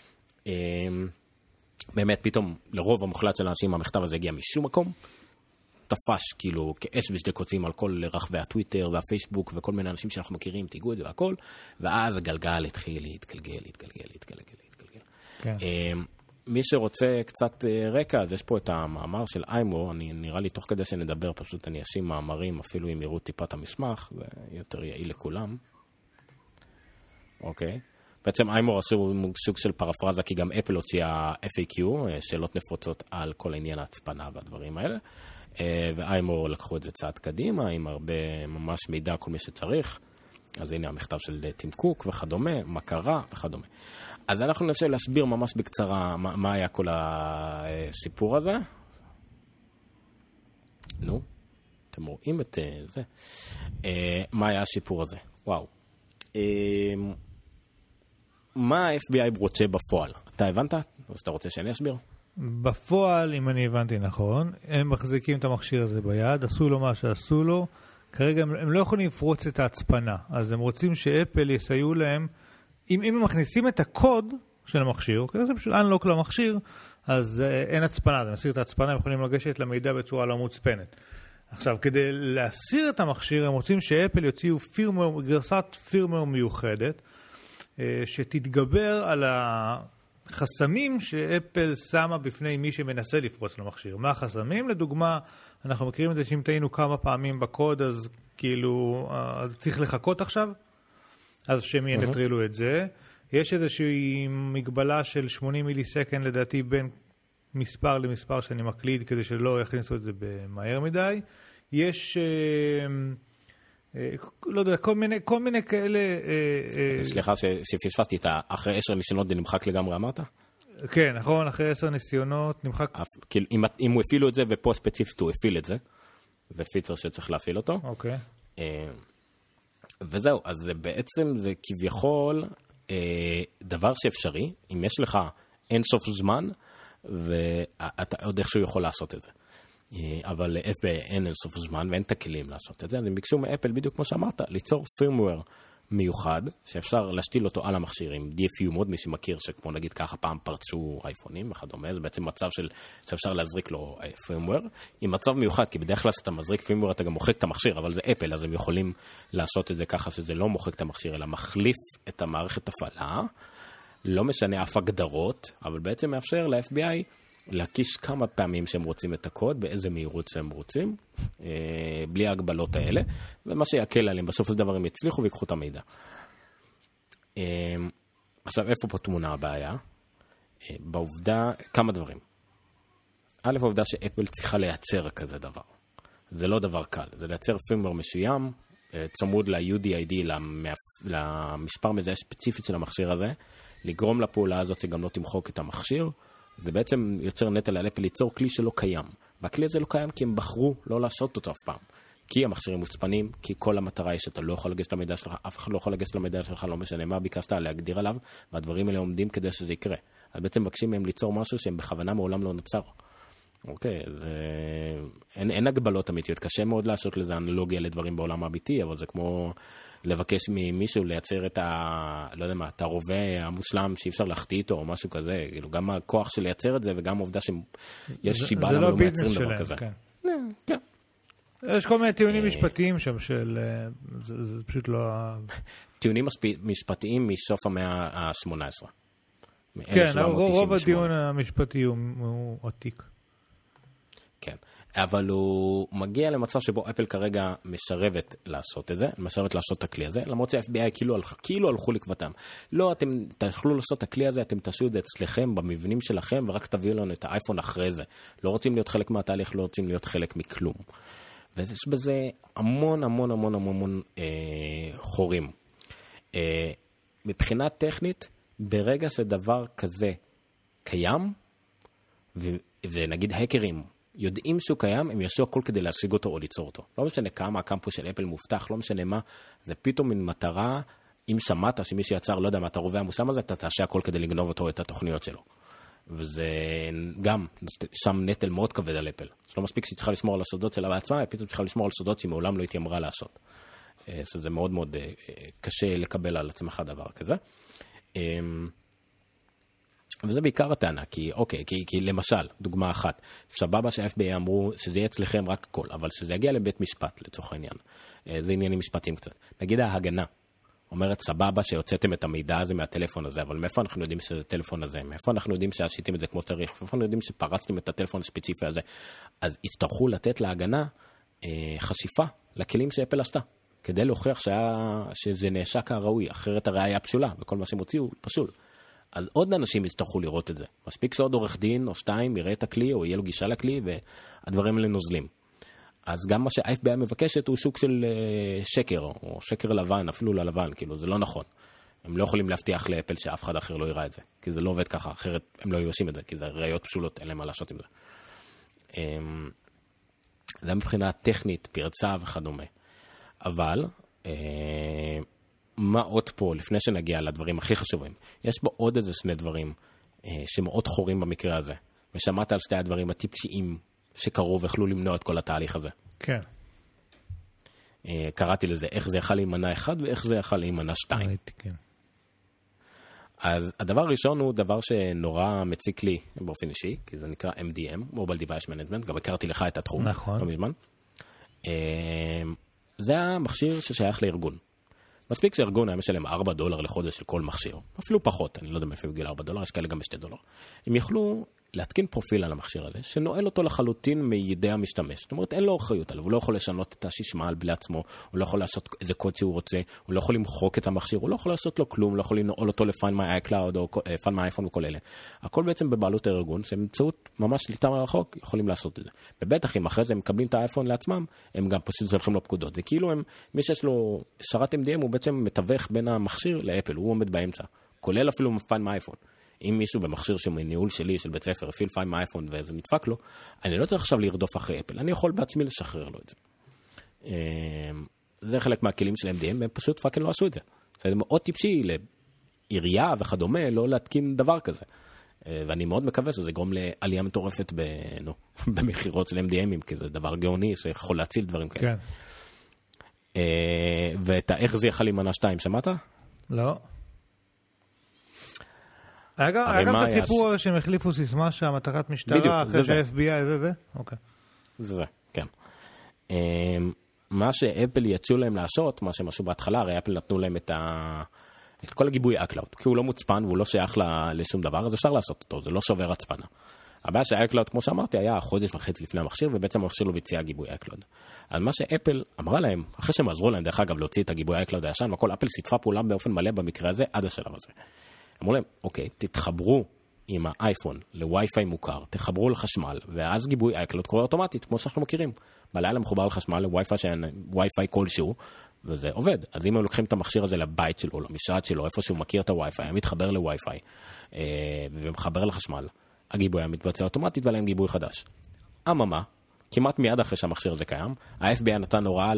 באמת, פתאום, לרוב המוחלט של האנשים, המכתב הזה הגיע משום מקום, תפש כאילו כאש בשדה קוצים על כל רחבי הטוויטר והפייסבוק וכל מיני אנשים שאנחנו מכירים, תיגעו את זה והכל, ואז הגלגל התחיל להתגלגל. כן. מי שרוצה קצת רקע, אז יש פה את המאמר של איימור, נראה לי תוך כדי שנדבר, פשוט אני אשים מאמרים, אפילו אם יראו טיפת המסמך, זה יותר יעיל לכולם. אוקיי. בעצם איימור עשו סוג של פרפרזה, כי גם אפל הוציאה FAQ, שאלות נפוצות על כל העניין ההצפנה והדברים האלה, ואיימור לקחו את זה צעד קדימה, עם הרבה ממש מידע, כל מי שצריך. אז הנה המכתב של טים קוק וכדומה, מה קרה וכדומה. אז אנחנו ננסה להסביר ממש בקצרה מה היה כל הסיפור הזה. נו, אתם רואים את זה. מה היה הסיפור הזה? וואו. מה ה-FBI רוצה בפועל? אתה הבנת? או שאתה רוצה שאני אסביר? בפועל, אם אני הבנתי נכון, הם מחזיקים את המכשיר הזה ביד, עשו לו מה שעשו לו, כרגע הם לא יכולים לפרוץ את ההצפנה, אז הם רוצים שאפל יסייעו להם, אם הם מכניסים את הקוד של המכשיר, זה פשוט unlock למכשיר, אז אין הצפנה, זה מסיר את ההצפנה, הם יכולים לגשת למידע בצורה לא מוצפנת. עכשיו, כדי להסיר את המכשיר, הם רוצים שאפל יוציאו גרסת פירמר מיוחדת, שתתגבר על החסמים שאפל שמה בפני מי שמנסה לפרוץ למכשיר. מה החסמים? לדוגמה, אנחנו מכירים את זה שאם טעינו כמה פעמים בקוד, אז כאילו, צריך לחכות עכשיו, אז שהם ינטרלו את זה. יש איזושהי מגבלה של 80 מיליסקנד לדעתי בין מספר למספר שאני מקליד, כדי שלא יכניסו את זה במהר מדי. יש לא יודע, כל מיני כאלה. סליחה שפספסתי את אחרי 10 ניסיונות זה נמחק לגמרי, אמרת? כן, נכון, אחרי 10 ניסיונות נמחק. אם הוא הפעילו את זה, ופה ספציפית הוא הפעיל את זה, זה פיצר שצריך להפעיל אותו. אוקיי. וזהו, אז זה בעצם, זה כביכול דבר שאפשרי, אם יש לך אין סוף זמן, ואתה עוד איכשהו יכול לעשות את זה. אבל ל-FBI אין סוף זמן ואין את הכלים לעשות את זה, אז הם ביקשו מאפל, בדיוק כמו שאמרת, ליצור firmware מיוחד, שאפשר להשתיל אותו על המכשיר עם DFU מוד, מי שמכיר שכמו נגיד ככה פעם פרצו אייפונים וכדומה, זה בעצם מצב שאפשר להזריק לו firmware, עם מצב מיוחד, כי בדרך כלל שאתה מזריק firmware אתה גם מוחק את המכשיר, אבל זה אפל, אז הם יכולים לעשות את זה ככה שזה לא מוחק את המכשיר, אלא מחליף את המערכת הפעלה, לא משנה אף הגדרות, אבל בעצם מאפשר ל-FBI להקיש כמה פעמים שהם רוצים את הקוד, באיזה מהירות שהם רוצים, בלי ההגבלות האלה, ומה שיקל עליהם, בסוף של דבר הם יצליחו ויקחו את המידע. עכשיו, איפה פה תמונה הבעיה? בעובדה, כמה דברים. א', העובדה שאפל צריכה לייצר כזה דבר. זה לא דבר קל, זה לייצר פירמוור מסוים, צמוד ל-UDID, למספר מזהה ספציפית של המכשיר הזה, לגרום לפעולה הזאת שגם לא תמחוק את המכשיר, זה בעצם יוצר נטל על אפל ליצור כלי שלא קיים. והכלי הזה לא קיים כי הם בחרו לא לעשות אותו אף פעם. כי המכשירים מוצפנים, כי כל המטרה היא שאתה לא יכול לגשת למידע שלך, אף אחד לא יכול לגשת למידע שלך, לא משנה מה ביקשת להגדיר עליו, והדברים האלה עומדים כדי שזה יקרה. אז בעצם מבקשים מהם ליצור משהו שהם בכוונה מעולם לא נוצר. אוקיי, אין הגבלות אמיתיות, קשה מאוד לעשות לזה אנלוגיה לדברים בעולם האמיתי, אבל זה כמו לבקש ממישהו לייצר את לא יודע מה, את הרובה המושלם שאי אפשר להחטיא איתו או משהו כזה, כאילו גם הכוח של לייצר את זה וגם העובדה שיש שיבה למה לא מייצרים דבר כזה. כן. יש כל מיני טיעונים משפטיים שם של, זה פשוט לא... טיעונים משפטיים מסוף המאה ה-18. כן, רוב הדיון המשפטי הוא עתיק. כן, אבל הוא מגיע למצב שבו אפל כרגע משרבת לעשות את זה, משרבת לעשות את הכלי הזה, למרות שה-FBI כאילו הלכו לקבתם. לא, אתם תוכלו לעשות את הכלי הזה, אתם תעשו את זה אצלכם, במבנים שלכם, ורק תביאו לנו את האייפון אחרי זה. לא רוצים להיות חלק מהתהליך, לא רוצים להיות חלק מכלום. ויש בזה המון המון המון המון חורים. מבחינה טכנית, ברגע שדבר כזה קיים, ונגיד האקרים יודעים שהוא קיים, הם יעשו הכל כדי להשיג אותו או ליצור אותו. לא משנה כמה הקמפוס של אפל מובטח, לא משנה מה, זה פתאום מן מטרה, אם שמעת שמי שיצר, לא יודע מה, אתה רובה המושלם הזה, אתה תעשה הכל כדי לגנוב אותו, את התוכניות שלו. וזה גם שם נטל מאוד כבד על אפל. זה לא מספיק שהיא צריכה לשמור על הסודות שלה בעצמה, היא פתאום צריכה לשמור על סודות שהיא מעולם לא התיימרה לעשות. זה מאוד מאוד קשה לקבל על עצמך דבר כזה. וזה בעיקר הטענה, כי למשל, דוגמה אחת, סבבה שה-FBI אמרו שזה יהיה אצלכם רק הכל, אבל שזה יגיע לבית משפט לצורך העניין. זה עניינים משפטיים קצת. נגיד ההגנה אומרת סבבה שהוצאתם את המידע הזה מהטלפון הזה, אבל מאיפה אנחנו יודעים שזה הטלפון הזה? מאיפה אנחנו יודעים שעשיתם את זה כמו צריך? מאיפה אנחנו יודעים שפרצתם את הטלפון הספציפי הזה? אז יצטרכו לתת להגנה חשיפה לכלים שאפל עשתה, כדי להוכיח שזה נעשק הראוי, אחרת הראיה פסולה, וכל מה שהם הוציאו פסול. אז עוד אנשים יצטרכו לראות את זה. מספיק שעוד עורך דין או שתיים יראה את הכלי, או יהיה לו גישה לכלי, והדברים האלה נוזלים. אז גם מה שה-FBI מבקשת הוא סוג של שקר, או שקר לבן, אפילו ללבן, כאילו זה לא נכון. הם לא יכולים להבטיח לאפל שאף אחד אחר לא יראה את זה, כי זה לא עובד ככה, אחרת הם לא יעושים את זה, כי זה ראיות פשולות, אין להם מה לעשות עם זה. זה מבחינה טכנית, פרצה וכדומה. אבל... מה עוד פה, לפני שנגיע לדברים הכי חשובים, יש בו עוד איזה שני דברים שמאוד חורים במקרה הזה, ושמעת על שתי הדברים הטיפשיים שקרו ויכלו למנוע את כל התהליך הזה. כן. קראתי לזה, איך זה יכל להימנע אחד ואיך זה יכל להימנע שתיים. ראיתי, כן. אז הדבר הראשון הוא דבר שנורא מציק לי באופן אישי, כי זה נקרא MDM, Mobile Device Management, גם הכרתי לך את התחום. נכון. לא מזמן. זה המכשיר ששייך לארגון. מספיק שארגון היה משלם $4 לחודש לכל מכשיר, אפילו פחות, אני לא יודע מאיפה יגיע $4, יש כאלה גם $2. הם יכלו להתקין פרופיל על המכשיר הזה, שנועל אותו לחלוטין מידי המשתמש. זאת אומרת, אין לו אחריות עליו, הוא לא יכול לשנות את השישמע בלי עצמו, הוא לא יכול לעשות איזה קוד שהוא רוצה, הוא לא יכול למחוק את המכשיר, הוא לא יכול לעשות לו כלום, לא יכול לנעול אותו ל-Find My iCloud או Find My iPhone וכל אלה. הכל בעצם בבעלות הארגון, שבאמצעות ממש שליטה מרחוק, יכולים לעשות את זה. ובטח אם אחרי זה הם מקבלים את האייפון לעצמם, הם גם פשוט זולחים לו פקודות. זה כאילו מי שיש לו שרת MDM, הוא בעצם מתווך בין המכשיר לאפל, הוא עומד באמצע, כולל אפילו Find My iPhone. אם מישהו במכשיר שמניהול שלי, של בית ספר, הפעיל Find My iPhone וזה נדפק לו, אני לא צריך עכשיו לרדוף אחרי אפל, אני יכול בעצמי לשחרר לו את זה. זה חלק מהכלים של MDM, והם פשוט פאקינג לא עשו את זה. זה מאוד טיפשי לעירייה וכדומה, לא להתקין דבר כזה. ואני מאוד מקווה שזה גורם לעלייה מטורפת במחירות של MDMים, כי זה דבר גאוני שיכול להציל דברים כאלה. כן. ואיך זה יכל להימנע 2, שמעת? לא. היה גם את הסיפור הזה שהם החליפו סיסמה שהמטרת משטרה, אחרי שה-FBI, זה? אוקיי. זה, כן. מה שאפל יצאו להם לעשות, מה שהם עשו בהתחלה, הרי אפל נתנו להם את כל הגיבוי iCloud, כי הוא לא מוצפן והוא לא שייך לשום דבר, אז אפשר לעשות אותו, זה לא שובר הצפנה. הבעיה שה-iCloud, כמו שאמרתי, היה חודש וחצי לפני המכשיר, ובעצם המכשיר לא ביצע גיבוי iCloud. אז מה שאפל אמרה להם, אחרי שהם עזרו להם, דרך אגב, להוציא את הגיבוי iCloud הישן, וכל אפל סיצפה פעולה באופן מלא במקרה הזה, עד השלב הזה. אמרו להם, אוקיי, תתחברו עם האייפון לווי-פיי מוכר, תחברו לחשמל, ואז גיבוי iCloud קורה אוטומטית, כמו שאנחנו מכירים. בלילה מחובר לחשמל לווי-פיי כלשהו, וזה עובד. אז אם הם לוקחים את המכשיר הזה לבית שלו, למשרד שלו, איפה שהוא מכיר את הווי-פיי, הם מתחבר לווי-פיי, ומחבר לחשמל, הגיבוי היה מתבצע אוטומטית, ועליהם גיבוי חדש. אממה, כמעט מיד אחרי שהמכשיר הזה קיים, ה-FBI נתן הוראה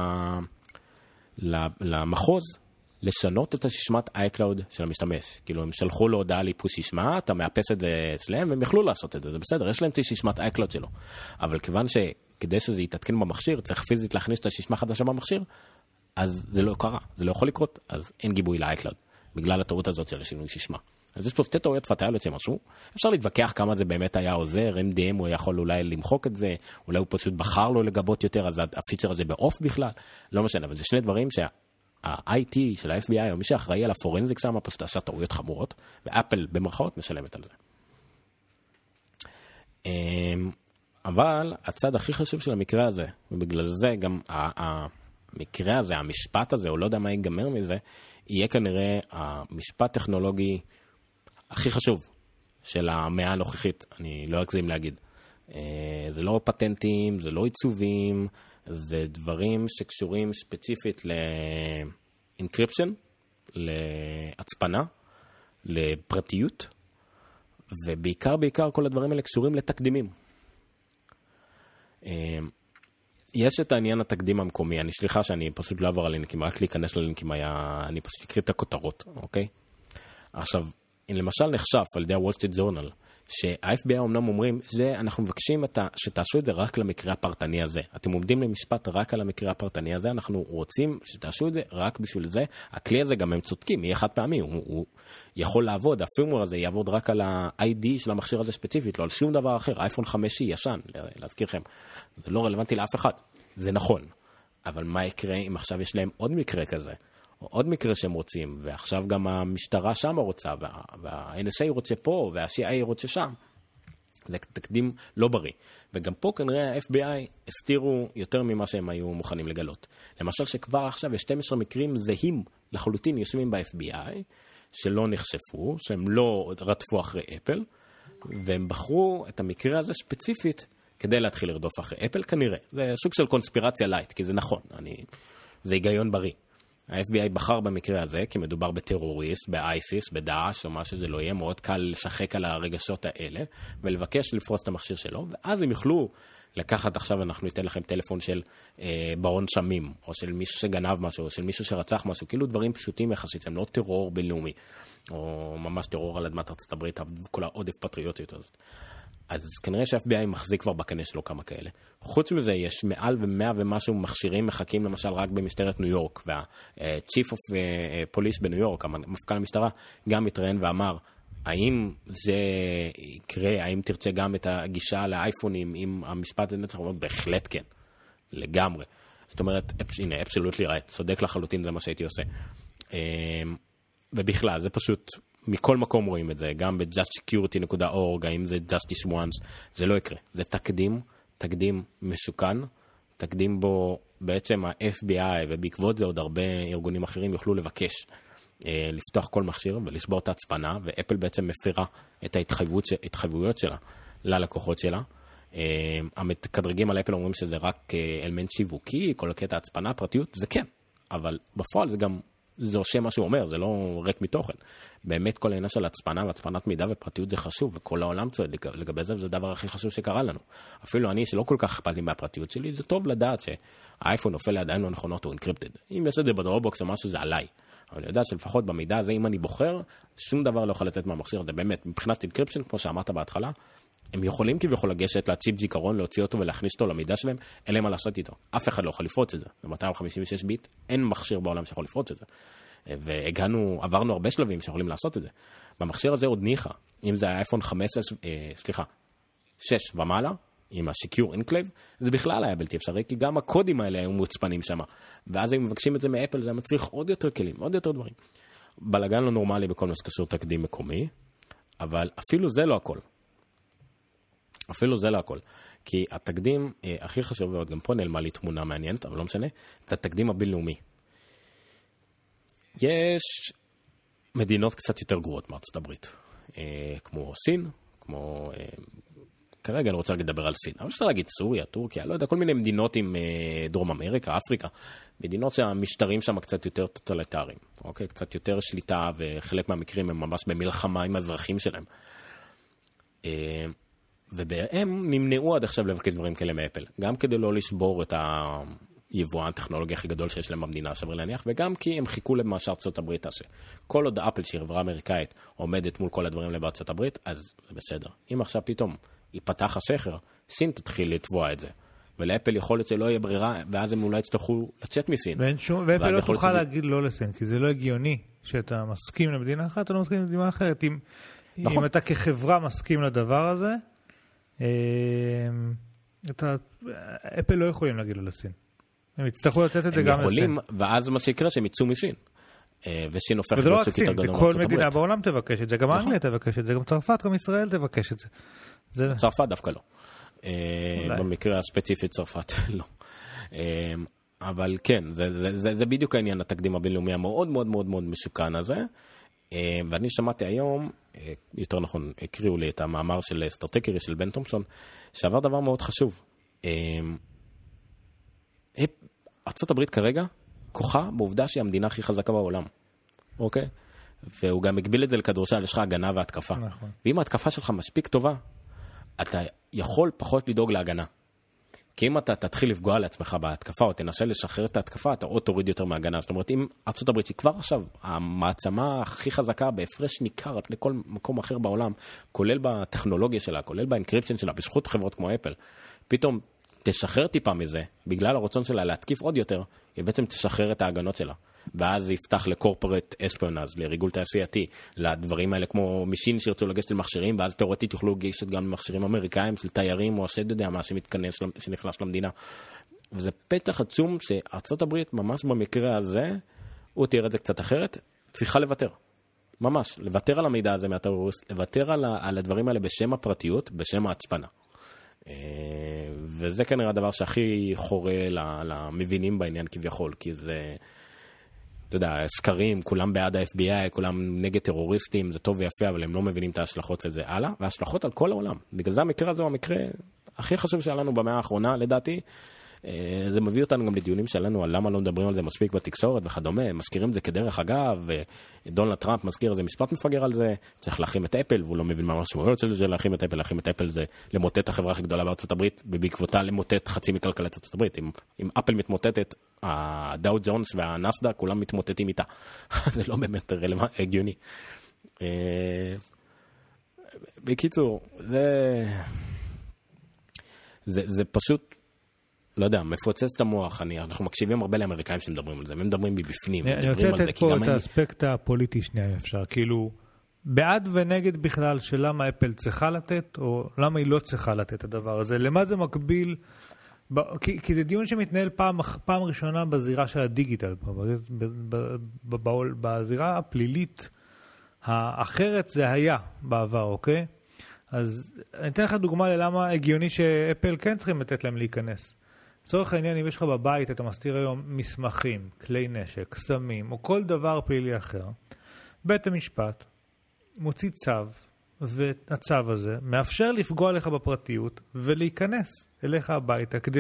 למחוז לשנות את הסיסמת iCloud של המשתמש. כאילו, הם שלחו לו הודעה לאיפוס סיסמה, אתה מאפס את זה אצלם, והם יכלו לעשות את זה, זה בסדר, יש להם את סיסמת iCloud שלו. אבל כיוון שכדי שזה יתעדכן במכשיר, צריך פיזית להכניס את הסיסמה חדשה במכשיר, אז זה לא קרה, זה לא יכול לקרות, אז אין גיבוי ל-iCloud, בגלל הטעות הזאת של השינוי סיסמה. אז יש פה שתי טעויות פטאליות שמשהו, אפשר להתווכח כמה זה באמת היה עוזר, MDM הוא יכול אולי למחוק את זה, אולי הוא פשוט בחר לו לגבות יותר, אז הפיצ'ר הזה באוף בכלל, לא משנה, אבל זה שני דברים שה-IT של ה-FBI, או מי שאחראי על הפורנזיק שם, פשוט עשה טעויות חמורות, ואפל במרכאות משלמת על זה. אבל הצד הכי חשוב של המקרה הזה, ובגלל זה גם המקרה הזה, המשפט הזה, או לא יודע מה ייגמר מזה, יהיה כנראה המשפט טכנולוגי הכי חשוב של המאה הנוכחית, אני לא אגזים להגיד. זה לא פטנטים, זה לא עיצובים, זה דברים שקשורים ספציפית לאנקריפשן, להצפנה, לפרטיות, ובעיקר כל הדברים האלה קשורים לתקדימים. יש את העניין התקדים המקומי, אני סליחה שאני פשוט לא אעבור על לינקים, רק להיכנס ללינקים אני פשוט אקריא את הכותרות, אוקיי? עכשיו, למשל נחשף על ידי הוול סטריט ג'ורנל, שה-FBI אומנם אומרים, אנחנו מבקשים שתעשו את זה רק למקרה הפרטני הזה. אתם עומדים למשפט רק על המקרה הפרטני הזה, אנחנו רוצים שתעשו את זה רק בשביל זה. הכלי הזה גם הם צודקים, יהיה חד פעמי, הוא יכול לעבוד, הפירמוור הזה יעבוד רק על ה-ID של המכשיר הזה ספציפית, לא על שום דבר אחר. אייפון 5 ישן, להזכירכם. זה לא רלוונטי לאף אחד, זה נכון. אבל מה יקרה אם עכשיו יש להם עוד מקרה כזה? או עוד מקרה שהם רוצים, ועכשיו גם המשטרה שם רוצה, וה-NSA רוצה פה, וה-CIA רוצה שם. זה תקדים לא בריא. וגם פה כנראה ה-FBI הסתירו יותר ממה שהם היו מוכנים לגלות. למשל שכבר עכשיו יש 12 מקרים זהים לחלוטין יושבים ב-FBI, שלא נחשפו, שהם לא רדפו אחרי אפל, והם בחרו את המקרה הזה ספציפית כדי להתחיל לרדוף אחרי אפל כנראה. זה סוג של קונספירציה לייט, כי זה נכון, זה היגיון בריא. ה-FBI בחר במקרה הזה, כי מדובר בטרוריסט, באייסיס, בדאעש, או מה שזה לא יהיה, מאוד קל לשחק על הרגשות האלה, ולבקש לפרוץ את המכשיר שלו, ואז הם יוכלו לקחת, עכשיו אנחנו ניתן לכם טלפון של ברון שמים, או של מישהו שגנב משהו, או של מישהו שרצח משהו, כאילו דברים פשוטים יחסית, הם לא טרור בינלאומי, או ממש טרור על אדמת ארצות הברית, כל העודף פטריוטיות הזאת. אז כנראה שה-FBI מחזיק כבר בקנה שלו כמה כאלה. חוץ מזה, יש מעל 100 ומשהו מכשירים מחכים למשל רק במשטרת ניו יורק, וה-Chief of Police בניו יורק, המפכ"ל המשטרה, גם התראיין ואמר, האם זה יקרה, האם תרצה גם את הגישה לאייפונים עם המשפט הזה? הוא אומר, בהחלט כן, לגמרי. זאת אומרת, הנה, absolutely right, צודק לחלוטין, זה מה שהייתי עושה. ובכלל, זה פשוט... מכל מקום רואים את זה, גם ב-justsecurity.org, האם זה justice once, זה לא יקרה. זה תקדים משוכן, תקדים בו בעצם ה-FBI, ובעקבות זה עוד הרבה ארגונים אחרים יוכלו לבקש לפתוח כל מכשיר ולשבור את ההצפנה, ואפל בעצם מפירה את ההתחייבויות שלה ללקוחות שלה. המתקדרגים על אפל אומרים שזה רק אלמנט שיווקי, כל הקטע ההצפנה, פרטיות, זה כן, אבל בפועל זה גם... זה עושה מה שהוא אומר, זה לא ריק מתוכן. באמת כל העניין של הצפנה והצפנת מידע ופרטיות זה חשוב, וכל העולם צועד לגבי זה, וזה הדבר הכי חשוב שקרה לנו. אפילו אני, שלא כל כך אכפת לי מהפרטיות שלי, זה טוב לדעת שהאייפון נופל לידיים לא נכונות או אנקריפטד. אם יש את זה בדרופבוקס או משהו, זה עליי. אבל אני יודע שלפחות במידע הזה, אם אני בוחר, שום דבר לא יכול לצאת מהמכשיר הזה. באמת, מבחינת אנקריפשן, כמו שאמרת בהתחלה, הם יכולים כביכול לגשת להציב זיכרון, להוציא אותו ולהכניס אותו למידע שלהם, אין להם מה לעשות איתו. אף אחד לא יכול לפרוץ את זה. ב-256 ביט, אין מכשיר בעולם שיכול לפרוץ את זה. עברנו הרבה שלבים שיכולים לעשות את זה. במכשיר הזה עוד ניחה. אם זה האייפון 6 ומעלה, עם ה-Secure Enclave, זה בכלל היה בלתי אפשרי, כי גם הקודים האלה היו מוצפנים שם. ואז הם מבקשים את זה מאפל, זה מצריך עוד יותר כלים, עוד יותר דברים. בלגן לא נורמלי בכל מה שקשור תקדים מקומי, אבל אפילו זה לא הכל. אפילו זה לא הכל. כי התקדים הכי חשוב, ועוד גם פה נעלמה לי תמונה מעניינת, אבל לא משנה, זה התקדים הבינלאומי. יש מדינות קצת יותר גרועות מארצות הברית, כמו סין, כמו... כרגע אני רוצה לדבר על סין, אבל אפשר להגיד סוריה, טורקיה, לא יודע, כל מיני מדינות עם דרום אמריקה, אפריקה, מדינות שהמשטרים שם קצת יותר טוטליטריים, אוקיי? קצת יותר שליטה, וחלק מהמקרים הם ממש במלחמה עם האזרחים שלהם. והם נמנעו עד עכשיו לבקש דברים כאלה מאפל, גם כדי לא לשבור את היבואן הטכנולוגי הכי גדול שיש להם במדינה, שווה להניח, וגם כי הם חיכו למה שארצות הברית עשה. כל עוד אפל, שהיא חברה אמריקאית, עומדת מול כל הדברים בארצות הברית, אז זה בסדר. אם עכשיו פתאום ייפתח הסכר, סין תתחיל לתבוע את זה. ולאפל יכול להיות שלא יהיה ברירה, ואז הם אולי יצטרכו לצאת מסין. ואפל לא תוכל להגיד לא לסין, כי זה לא הגיוני שאתה מסכים למדינה אחת, אתה לא מסכים למדינה אחרת. אם אתה כחברה מסכים לדבר הזה, אפל לא יכולים להגיד לו לסין. הם יצטרכו לתת את זה גם לסין. הם יכולים, ואז מה שיקרה שהם יצאו מסין. וסין הופך להיות שוק יותר גדול מארצות הברית. וכל מדינה בעולם תבקש את זה, גם אנגליה תבקש את זה, גם צרפת, גם ישראל תבקש את זה. צרפת דווקא לא. במקרה הספציפי צרפת לא. אבל כן, זה בדיוק העניין, התקדים הבינלאומי המאוד מאוד מאוד מאוד מסוכן הזה. ואני שמעתי היום, יותר נכון, הקריאו לי את המאמר של סטרטקרי של בן תומפסון, שעבר דבר מאוד חשוב. ארצות הברית כרגע כוחה בעובדה שהיא המדינה הכי חזקה בעולם. אוקיי? והוא גם הגביל את זה לכדורסל, יש לך הגנה והתקפה. נכון. ואם ההתקפה שלך מספיק טובה, אתה יכול פחות לדאוג להגנה. כי אם אתה תתחיל לפגוע לעצמך בהתקפה, או תנסה לשחרר את ההתקפה, אתה עוד תוריד יותר מהגנה. זאת אומרת, אם ארצות הברית, שהיא כבר עכשיו המעצמה הכי חזקה בהפרש ניכר לכל מקום אחר בעולם, כולל בטכנולוגיה שלה, כולל באנקריפשן שלה, בזכות חברות כמו אפל, פתאום תשחרר טיפה מזה, בגלל הרצון שלה להתקיף עוד יותר, היא בעצם תשחרר את ההגנות שלה. ואז זה יפתח לקורפורט אספיונז, לריגול תעשייתי, לדברים האלה כמו משין שירצו לגשת למכשירים, ואז תיאורטית יוכלו לגשת גם למכשירים אמריקאים של תיירים, או השד יודע מה שנכנס למדינה. וזה פתח עצום שארצות הברית, ממש במקרה הזה, הוא תראה את זה קצת אחרת, צריכה לוותר. ממש, לוותר על המידע הזה מהטרוריסט, לוותר על הדברים האלה בשם הפרטיות, בשם ההצפנה. וזה כנראה הדבר שהכי חורה למבינים בעניין כביכול, כי זה, אתה יודע, סקרים, כולם בעד ה-FBI, כולם נגד טרוריסטים, זה טוב ויפה, אבל הם לא מבינים את ההשלכות של זה הלאה, וההשלכות על כל העולם. בגלל זה המקרה הזה הוא המקרה הכי חשוב שהיה לנו במאה האחרונה, לדעתי. זה מביא אותנו גם לדיונים שלנו על למה לא מדברים על זה מספיק בתקשורת וכדומה, מזכירים זה כדרך אגב, ודונלד טראמפ מזכיר איזה משפט מפגר על זה, צריך להחים את אפל, והוא לא מבין מה המשמעויות של זה, להחים את אפל זה למוטט את החברה הכי גדולה בארצות הברית, ובעקבותה למוטט חצי מכלכלת ארצות הברית. אם אפל מתמוטטת, הדאו ג'ונס והנסדק, כולם מתמוטטים איתה. זה לא באמת הגיוני. בקיצור, זה פשוט לא יודע, מפוצץ את המוח. אנחנו מקשיבים הרבה לאמריקאים שמדברים על זה, הם מדברים מבפנים. אני רוצה לתת פה את האספקט הפוליטי שנייה, אם אפשר. כאילו, בעד ונגד בכלל של למה אפל צריכה לתת, או למה היא לא צריכה לתת את הדבר הזה. למה זה מקביל? כי זה דיון שמתנהל פעם ראשונה בזירה של הדיגיטל, בזירה הפלילית האחרת זה היה בעבר, אוקיי? אז אני אתן לך דוגמה ללמה הגיוני שאפל כן צריכים לתת להם להיכנס. לצורך העניין, אם יש לך בבית, אתה מסתיר היום מסמכים, כלי נשק, סמים, או כל דבר פלילי אחר, בית המשפט מוציא צו, והצו הזה מאפשר לפגוע לך בפרטיות ולהיכנס אליך הביתה כדי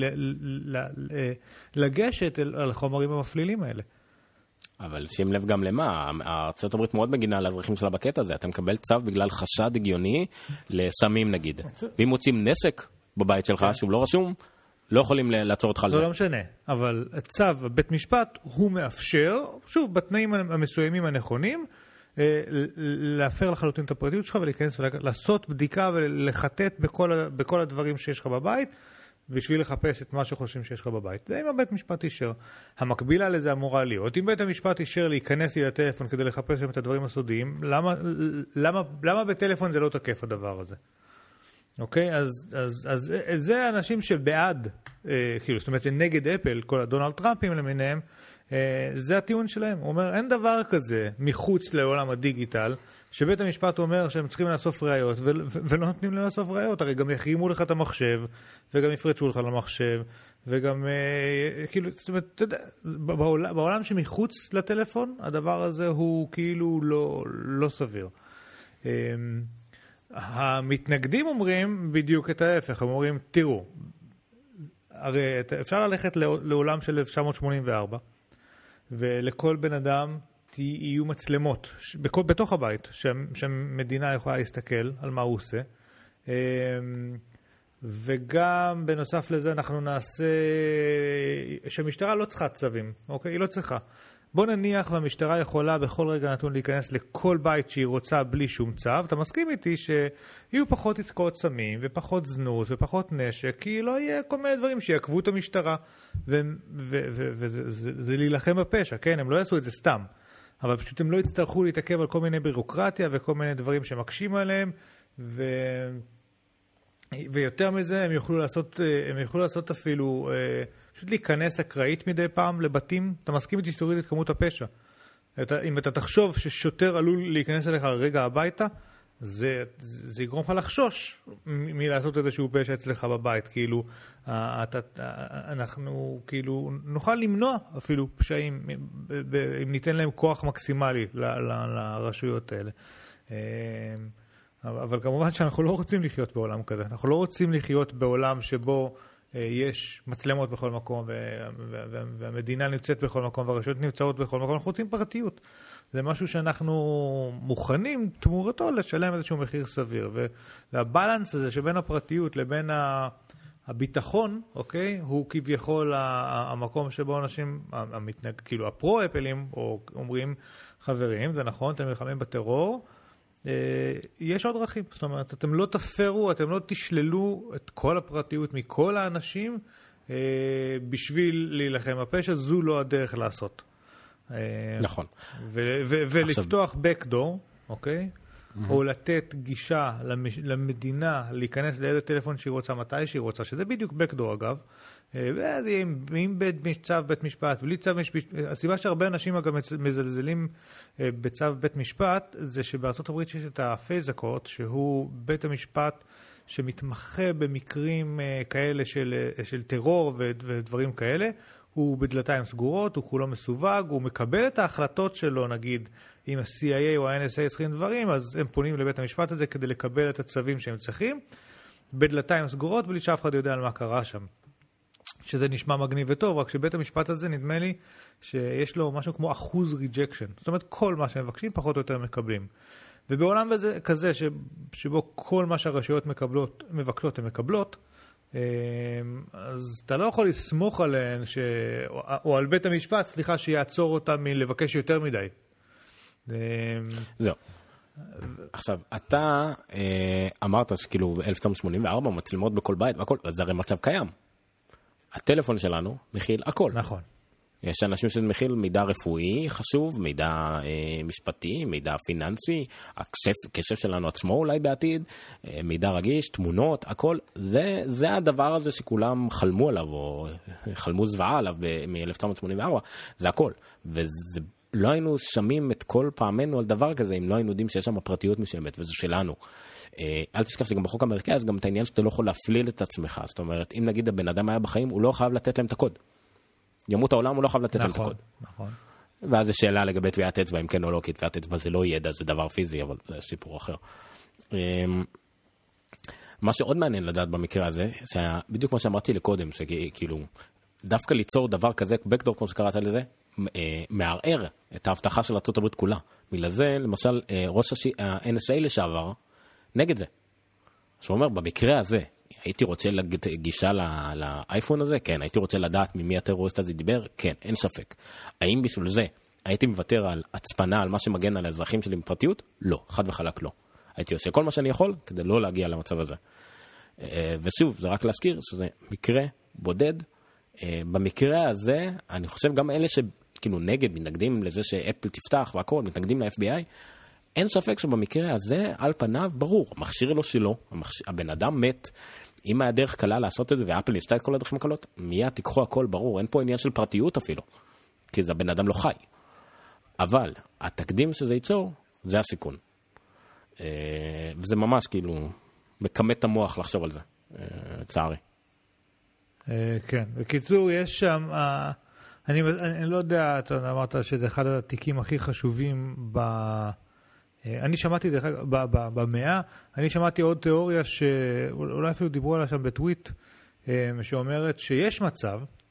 לגשת על החומרים המפלילים האלה. אבל שים לב גם למה, ארצות הברית מאוד מגינה על האזרחים שלה בקטע הזה, אתה מקבל צו בגלל חשד הגיוני לסמים נגיד, ואם מוצאים נסק בבית שלך שהוא לא רשום, לא יכולים לעצור אותך על זה. לא משנה, אבל הצו בבית משפט הוא מאפשר, שוב, בתנאים המסוימים הנכונים, להפר לחלוטין את הפרטיות שלך ולהיכנס ולעשות בדיקה ולחטט בכל הדברים שיש לך בבית, בשביל לחפש את מה שחושבים שיש לך בבית. זה אם הבית משפט אישר. המקבילה לזה אמורה להיות. אם בית המשפט אישר להיכנס לי לטלפון כדי לחפש את הדברים הסודיים, למה בטלפון זה לא תקף הדבר הזה? אוקיי? אז זה אנשים שבעד, כאילו, זאת אומרת, נגד אפל, כל הדונלד טראמפים למיניהם, זה הטיעון שלהם. הוא אומר, אין דבר כזה מחוץ לעולם הדיגיטל, שבית המשפט אומר שהם צריכים לאסוף ראיות, ולא נותנים להם לאסוף ראיות. הרי גם יחרימו לך את המחשב, וגם יפרצו לך למחשב, וגם, כאילו, זאת אומרת, אתה יודע, בעולם שמחוץ לטלפון, הדבר הזה הוא כאילו לא סביר. המתנגדים אומרים בדיוק את ההפך, הם אומרים, תראו, הרי אפשר ללכת לעולם של 1984, ולכל בן אדם יהיו מצלמות בתוך הבית, שהמדינה יכולה להסתכל על מה הוא עושה, וגם בנוסף לזה אנחנו נעשה שהמשטרה לא צריכה צווים, אוקיי? היא לא צריכה. בוא נניח והמשטרה יכולה בכל רגע נתון להיכנס לכל בית שהיא רוצה בלי שום צו. אתה מסכים איתי שיהיו פחות עסקאות סמים ופחות זנות ופחות נשק, כי לא יהיה כל מיני דברים שיעקבו את המשטרה, וזה להילחם בפשע, כן? הם לא יעשו את זה סתם. אבל פשוט הם לא יצטרכו להתעכב על כל מיני בירוקרטיה וכל מיני דברים שמקשים עליהם, ויותר מזה הם יוכלו לעשות אפילו פשוט להיכנס אקראית מדי פעם לבתים. אתה מסכים איתי שתוריד את כמות הפשע. אם אתה תחשוב ששוטר עלול להיכנס אליך רגע הביתה, זה יגרום לך לחשוש מלעשות איזשהו פשע אצלך בבית. כאילו, אנחנו כאילו נוכל למנוע אפילו פשעים אם ניתן להם כוח מקסימלי לרשויות האלה. אבל כמובן שאנחנו לא רוצים לחיות בעולם כזה. אנחנו לא רוצים לחיות בעולם שבו יש מצלמות בכל מקום, והמדינה נמצאת בכל מקום, והרשויות נמצאות בכל מקום. אנחנו רוצים פרטיות. זה משהו שאנחנו מוכנים תמורתו לשלם איזשהו מחיר סביר. והבלנס הזה שבין הפרטיות לבין הביטחון, אוקיי, הוא כביכול המקום שבו אנשים, כאילו הפרו-אפלים, או אומרים חברים, זה נכון, אתם נלחמים בטרור, יש עוד דרכים. זאת אומרת, אתם לא תפרו, אתם לא תשללו את כל הפרטיות מכל האנשים בשביל להילחם בפשע. זו לא הדרך לעשות. נכון. ולפתוח backdoor, אוקיי? או לתת גישה למדינה להיכנס לאיזה טלפון שהיא רוצה מתי שהיא רוצה, שזה בדיוק backdoor אגב. ואז עם צו בית משפט, בלי צו משפט, הסיבה שהרבה אנשים אגב מזלזלים בצו בית משפט, זה שבארצות הברית יש את הפייזקות, שהוא בית המשפט שמתמחה במקרים כאלה של טרור ודברים כאלה, הוא בדלתיים סגורות, הוא כולו מסווג, הוא מקבל את ההחלטות שלו, נגיד, אם ה-CIA או ה-NSA צריכים דברים, אז הם פונים לבית המשפט הזה כדי לקבל את הצווים שהם צריכים, בדלתיים סגורות, בלי שאף אחד יודע על מה קרה שם. שזה נשמע מגניב וטוב, רק שבית המשפט הזה נדמה לי שיש לו משהו כמו אחוז ריג'קשן. זאת אומרת, כל מה שהם מבקשים פחות או יותר מקבלים. ובעולם כזה שבו כל מה שהרשויות מבקשות הן מקבלות, אז אתה לא יכול לסמוך עליהן, או על בית המשפט, סליחה, שיעצור אותם מלבקש יותר מדי. זהו. עכשיו, אתה אמרת שכאילו 1984 מצלמות בכל בית, והכל, זה הרי מצב קיים. הטלפון שלנו מכיל הכל. נכון. יש אנשים שזה מכיל מידע רפואי חשוב, מידע משפטי, מידע פיננסי, הקשב שלנו עצמו אולי בעתיד, מידע רגיש, תמונות, הכל. זה הדבר הזה שכולם חלמו עליו, או חלמו זוועה עליו מ-1984, זה הכל. ולא היינו שמים את כל פעמנו על דבר כזה, אם לא היינו יודעים שיש שם פרטיות מסוימת, וזה שלנו. אל תשכח שגם בחוק האמריקאי, אז גם את העניין שאתה לא יכול להפליל את עצמך. זאת אומרת, אם נגיד הבן אדם היה בחיים, הוא לא חייב לתת להם את הקוד. ימות העולם, הוא לא חייב לתת להם את הקוד. נכון. ואז זו שאלה לגבי טביעת אצבע, אם כן או לא, כי טביעת אצבע זה לא ידע, זה דבר פיזי, אבל זה סיפור אחר. מה שעוד מעניין לדעת במקרה הזה, בדיוק כמו שאמרתי לקודם, שכאילו, דווקא ליצור דבר כזה, backdoor, כמו שקראת לזה, מערער את ההבטחה של ארצות הברית כולה. בגלל זה, למשל, ראש ה-NSA לשעבר, נגד זה. שהוא אומר, במקרה הזה, הייתי רוצה גישה לאייפון הזה? כן. הייתי רוצה לדעת ממי הטרוריסט הזה דיבר? כן, אין ספק. האם בשביל זה הייתי מוותר על הצפנה, על מה שמגן על האזרחים שלי בפרטיות? לא, חד וחלק לא. הייתי עושה כל מה שאני יכול כדי לא להגיע למצב הזה. ושוב, זה רק להזכיר שזה מקרה בודד. במקרה הזה, אני חושב גם אלה שכאילו מתנגדים לזה שאפל תפתח והכל, מתנגדים ל-FBI, אין ספק שבמקרה הזה, על פניו, ברור, המכשיר לא שלו, הבן אדם מת, אם היה דרך קלה לעשות את זה, ואפל ניסתה את כל הדרכים הקלות, מיד תיקחו הכל, ברור, אין פה עניין של פרטיות אפילו, כי זה הבן אדם לא חי. אבל, התקדים שזה ייצור, זה הסיכון. וזה ממש כאילו, מקמת את המוח לחשוב על זה, צערי. כן, בקיצור, יש שם, אני לא יודע, אתה אמרת שזה אחד התיקים הכי חשובים אני שמעתי במאה, אני שמעתי עוד תיאוריה שאולי אפילו דיברו עליה שם בטוויט, שאומרת שיש מצב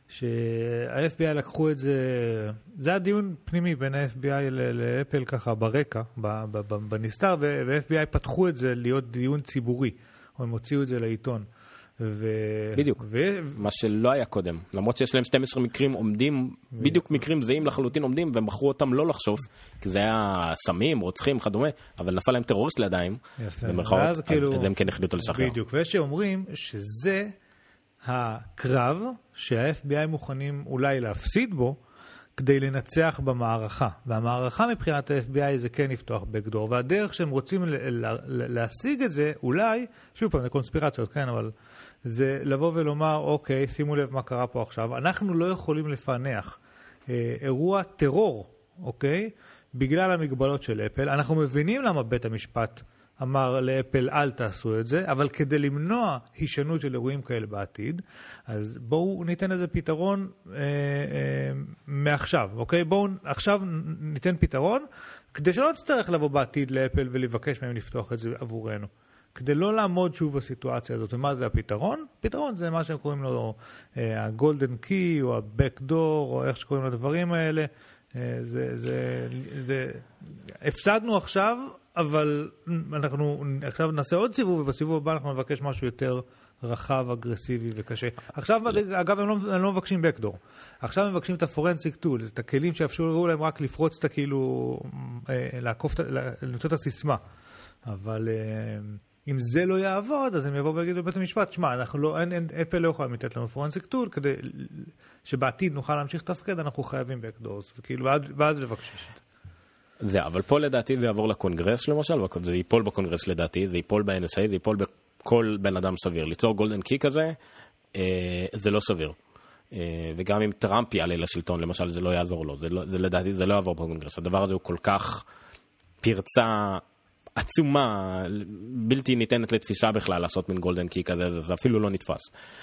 שה-FBI לקחו את זה, זה היה דיון פנימי בין ה-FBI לאפל ככה ברקע, בנסתר, ו-FBI פתחו את זה להיות דיון ציבורי, או הם הוציאו את זה לעיתון. בדיוק, מה שלא היה קודם, למרות שיש להם 12 מקרים עומדים, בדיוק מקרים זהים לחלוטין עומדים, והם בחרו אותם לא לחשוף, כי זה היה סמים, רוצחים, כדומה, אבל נפל להם טרוריסט לידיים, במרכאות, אז הם כן החליטו לשחרר. בדיוק, ויש שאומרים שזה הקרב שה-FBI מוכנים אולי להפסיד בו, כדי לנצח במערכה. והמערכה מבחינת ה-FBI זה כן לפתוח בקדור, והדרך שהם רוצים להשיג את זה, אולי, שוב פעם, זה קונספירציות, כן, אבל זה לבוא ולומר, אוקיי, שימו לב מה קרה פה עכשיו, אנחנו לא יכולים לפענח אירוע טרור, אוקיי, בגלל המגבלות של אפל. אנחנו מבינים למה בית המשפט אמר לאפל אל תעשו את זה, אבל כדי למנוע הישנות של אירועים כאלה בעתיד, אז בואו ניתן איזה פתרון מעכשיו, אוקיי? בואו עכשיו ניתן פתרון, כדי שלא נצטרך לבוא בעתיד לאפל ולבקש מהם לפתוח את זה עבורנו. כדי לא לעמוד שוב בסיטואציה הזאת. ומה זה הפתרון? פתרון זה מה שהם קוראים לו הגולדן קי, או הבקדור, או איך שקוראים לדברים האלה. הפסדנו עכשיו, אבל אנחנו עכשיו נעשה עוד סיבוב, ובסיבוב הבא אנחנו נבקש משהו יותר רחב, אגרסיבי וקשה. עכשיו, אגב, הם לא מבקשים בקדור. עכשיו הם מבקשים את הפורנסיק טול, את הכלים שאפשרו להם רק לפרוץ את הכאילו, למצוא את הסיסמה. אבל אם זה לא יעבוד, אז הם יבואו ויגידו בבית המשפט, שמע, אפל לא יכולים לתת לנו פורנסיק טול, כדי שבעתיד נוכל להמשיך תפקד, אנחנו חייבים בקדורס, וכאילו, ואז לבקש את זה. זה, אבל פה לדעתי זה יעבור לקונגרס למשל, זה ייפול בקונגרס לדעתי, זה ייפול ב-NSA, זה ייפול בכל בן אדם סביר. ליצור גולדן קי כזה, זה לא סביר. וגם אם טראמפ יעלה לשלטון, למשל, זה לא יעזור לו. זה לדעתי, זה לא יעבור בקונגרס. הדבר הזה הוא כל כך פרצה עצומה, בלתי ניתנת לתפיסה בכלל לעשות מן גולדן קי כזה, זה אפילו לא נתפס.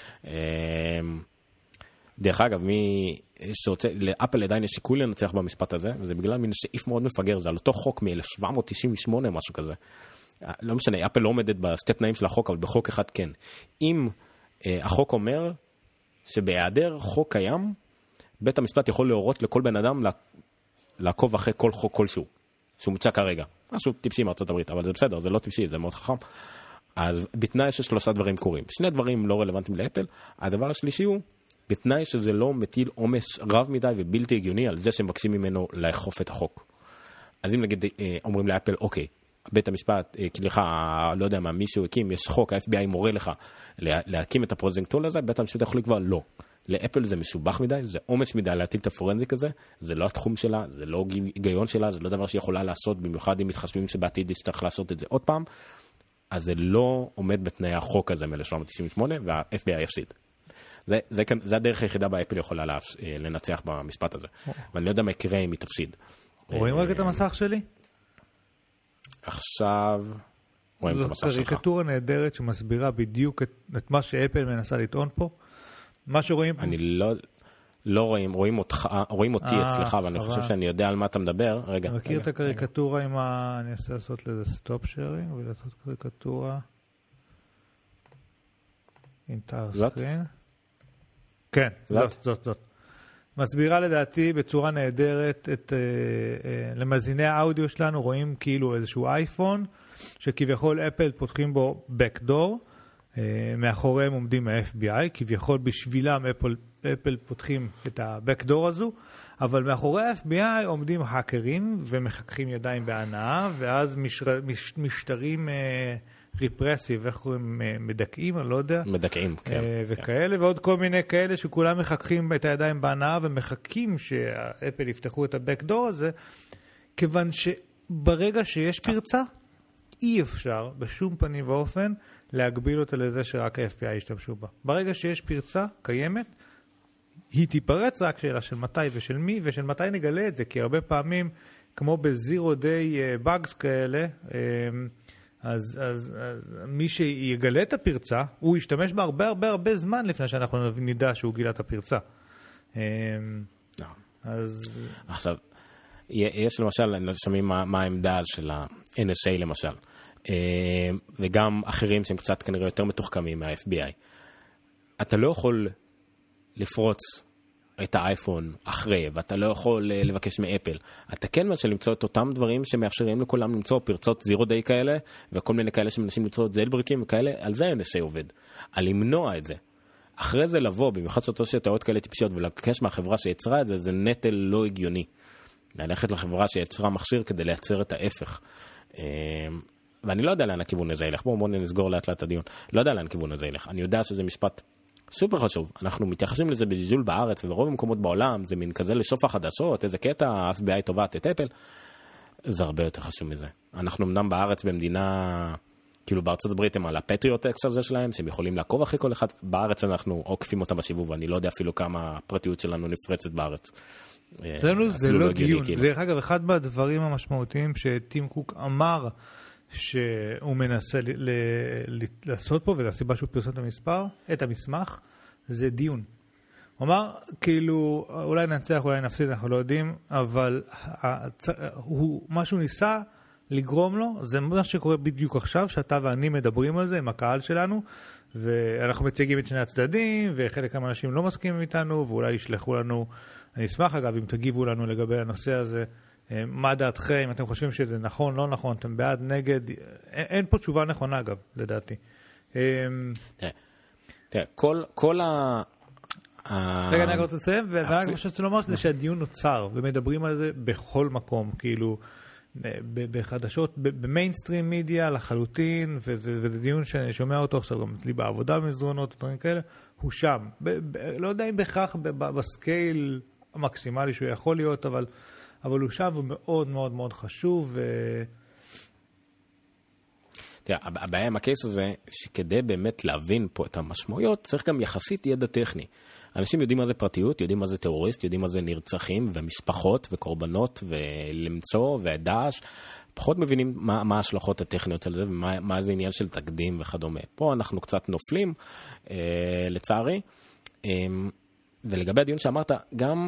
דרך אגב, לאפל עדיין יש שיקול לנצח במשפט הזה, וזה בגלל מין סעיף מאוד מפגר, זה על אותו חוק מ-1798, משהו כזה. לא משנה, אפל לא עומדת בשתי תנאים של החוק, אבל בחוק אחד כן. אם החוק אומר שבהיעדר חוק קיים, בית המשפט יכול להורות לכל בן אדם לעקוב אחרי כל חוק כלשהו, שהוא מוצא כרגע. משהו טיפשי מארצות הברית, אבל זה בסדר, זה לא טיפשי, זה מאוד חכם. אז בתנאי ששלושה דברים קורים. שני דברים לא רלוונטיים לאפל. הדבר השלישי הוא, בתנאי שזה לא מטיל עומס רב מדי ובלתי הגיוני על זה שמבקשים ממנו לאכוף את החוק. אז אם נגיד אומרים לאפל, אוקיי, בית המשפט, לך, לא יודע מה, מישהו הקים, יש חוק, ה-FBI מורה לך להקים את הפרוזנק טול הזה, בית המשפט יכול לקבוע לא. לאפל זה משובח מדי, זה עומס מדי להטיל את הפורנזיק הזה, זה לא התחום שלה, זה לא היגיון שלה, זה לא דבר שיכולה לעשות, במיוחד אם מתחשבים שבעתיד יצטרך לעשות את זה עוד פעם, אז זה לא עומד בתנאי החוק הזה מ-1798, וה-FBI יפסיד. זה הדרך היחידה באפל יכולה לנצח במשפט הזה. ואני לא יודע מה יקרה אם היא תפסיד. רואים רק את המסך שלי? עכשיו רואים את המסך שלך. זו קריקטורה נהדרת שמסבירה בדיוק את מה שאפל מנסה לטעון פה. מה שרואים פה? אני לא רואים, רואים אותי אצלך, אבל אני חושב שאני יודע על מה אתה מדבר. רגע. אני מכיר את הקריקטורה עם אני אנסה לעשות לזה סטופ שיירינג, ולעשות קריקטורה אינטר סקרין. כן, זאת. מסבירה לדעתי בצורה נהדרת למאזיני האודיו שלנו, רואים כאילו איזשהו אייפון, שכביכול אפל פותחים בו בקדור, מאחוריהם עומדים ה-FBI, כביכול בשבילם אפל פותחים את הבקדור הזו, אבל מאחורי ה-FBI עומדים האקרים ומחככים ידיים בהנאה, ואז משטרים ריפרסיב, איך קוראים, מדכאים, אני לא יודע. מדכאים, כן. וכאלה, ועוד כל מיני כאלה שכולם מחככים את הידיים בהנאה, ומחכים שאפל יפתחו את הבקדור הזה, כיוון שברגע שיש פרצה, אי אפשר בשום פנים ואופן להגביל אותה לזה שרק ה-FBI ישתמשו בה. ברגע שיש פרצה קיימת, היא תיפרץ, רק שאלה של מתי ושל מי, ושל מתי נגלה את זה, כי הרבה פעמים, כמו בזירו דיי באגס כאלה, אז מי שיגלה את הפרצה, הוא ישתמש בה הרבה זמן לפני שאנחנו נדע שהוא גילה את הפרצה. אז עכשיו, יש למשל, שומעים מה העמדה של ה-NSA למשל, וגם אחרים שהם קצת כנראה יותר מתוחכמים מה-FBI. אתה לא יכול לפרוץ את האייפון אחרי, ואתה לא יכול לבקש מאפל. אתה כן מנסה למצוא את אותם דברים שמאפשרים לכולם למצוא פרצות זירו דיי כאלה, וכל מיני כאלה שמנסים למצוא את זלבריקים וכאלה, על זה NSA עובד. על למנוע את זה. אחרי זה לבוא, במיוחד שאותו שטעות כאלה טיפשיות, ולבקש מהחברה שיצרה את זה, זה נטל לא הגיוני. ללכת לחברה שיצרה מכשיר כדי לייצר את ההפך. ואני לא יודע לאן הכיוון הזה ילך. בואו נסגור לאט לאט הדיון. לא יודע לאן הכיוון הזה ילך. אני יודע שזה משפט סופר חשוב. אנחנו מתייחסים לזה בזלזול בארץ וברוב המקומות בעולם. זה מין כזה לשוף החדשות, איזה קטע, ה-FBI תובעת את אפל. זה הרבה יותר חשוב מזה. אנחנו אמנם בארץ במדינה, כאילו בארצות הברית הם על הפטריוט אקס הזה שלהם, שהם יכולים לעקוב אחרי כל אחד. בארץ אנחנו עוקפים אותם בשיבוב, ואני לא יודע אפילו כמה הפרטיות שלנו נפרצת בארץ. אצלנו זה לא דיון. דרך אגב, אחד מהדברים המשמעותיים שטים קוק אמר שהוא מנסה לעשות פה, והסיבה שהוא פרסם את המסמך, זה דיון. הוא אמר, כאילו, אולי ננצח, אולי נפסיד, אנחנו לא יודעים, אבל מה שהוא ניסה לגרום לו, זה מה שקורה בדיוק עכשיו, שאתה ואני מדברים על זה עם הקהל שלנו, ואנחנו מציגים את שני הצדדים, וחלק מהאנשים לא מסכימים איתנו, ואולי ישלחו לנו, אני אשמח אגב, אם תגיבו לנו לגבי הנושא הזה, מה דעתכם, אם אתם חושבים שזה נכון, לא נכון, אתם בעד, נגד, אין פה תשובה נכונה אגב, לדעתי. תראה, כל רגע, אני רוצה לסיים, ואני חושב שזה לומר זה שהדיון נוצר, ומדברים על זה בכל מקום, כאילו, בחדשות, במיינסטרים מידיה לחלוטין, וזה דיון שאני שומע אותו עכשיו גם אצלי בעבודה במסדרונות, דברים כאלה, הוא שם. לא יודע אם בכך בסקייל המקסימלי שהוא יכול להיות, אבל הוא שם והוא מאוד מאוד מאוד חשוב. תראה, הבעיה עם הקייס הזה, שכדי באמת להבין פה את המשמעויות, צריך גם יחסית ידע טכני. אנשים יודעים מה זה פרטיות, יודעים מה זה טרוריסט, יודעים מה זה נרצחים ומשפחות וקורבנות ולמצוא ודאעש. פחות מבינים מה ההשלכות הטכניות על זה ומה זה עניין של תקדים וכדומה. פה אנחנו קצת נופלים, לצערי. ולגבי הדיון שאמרת, גם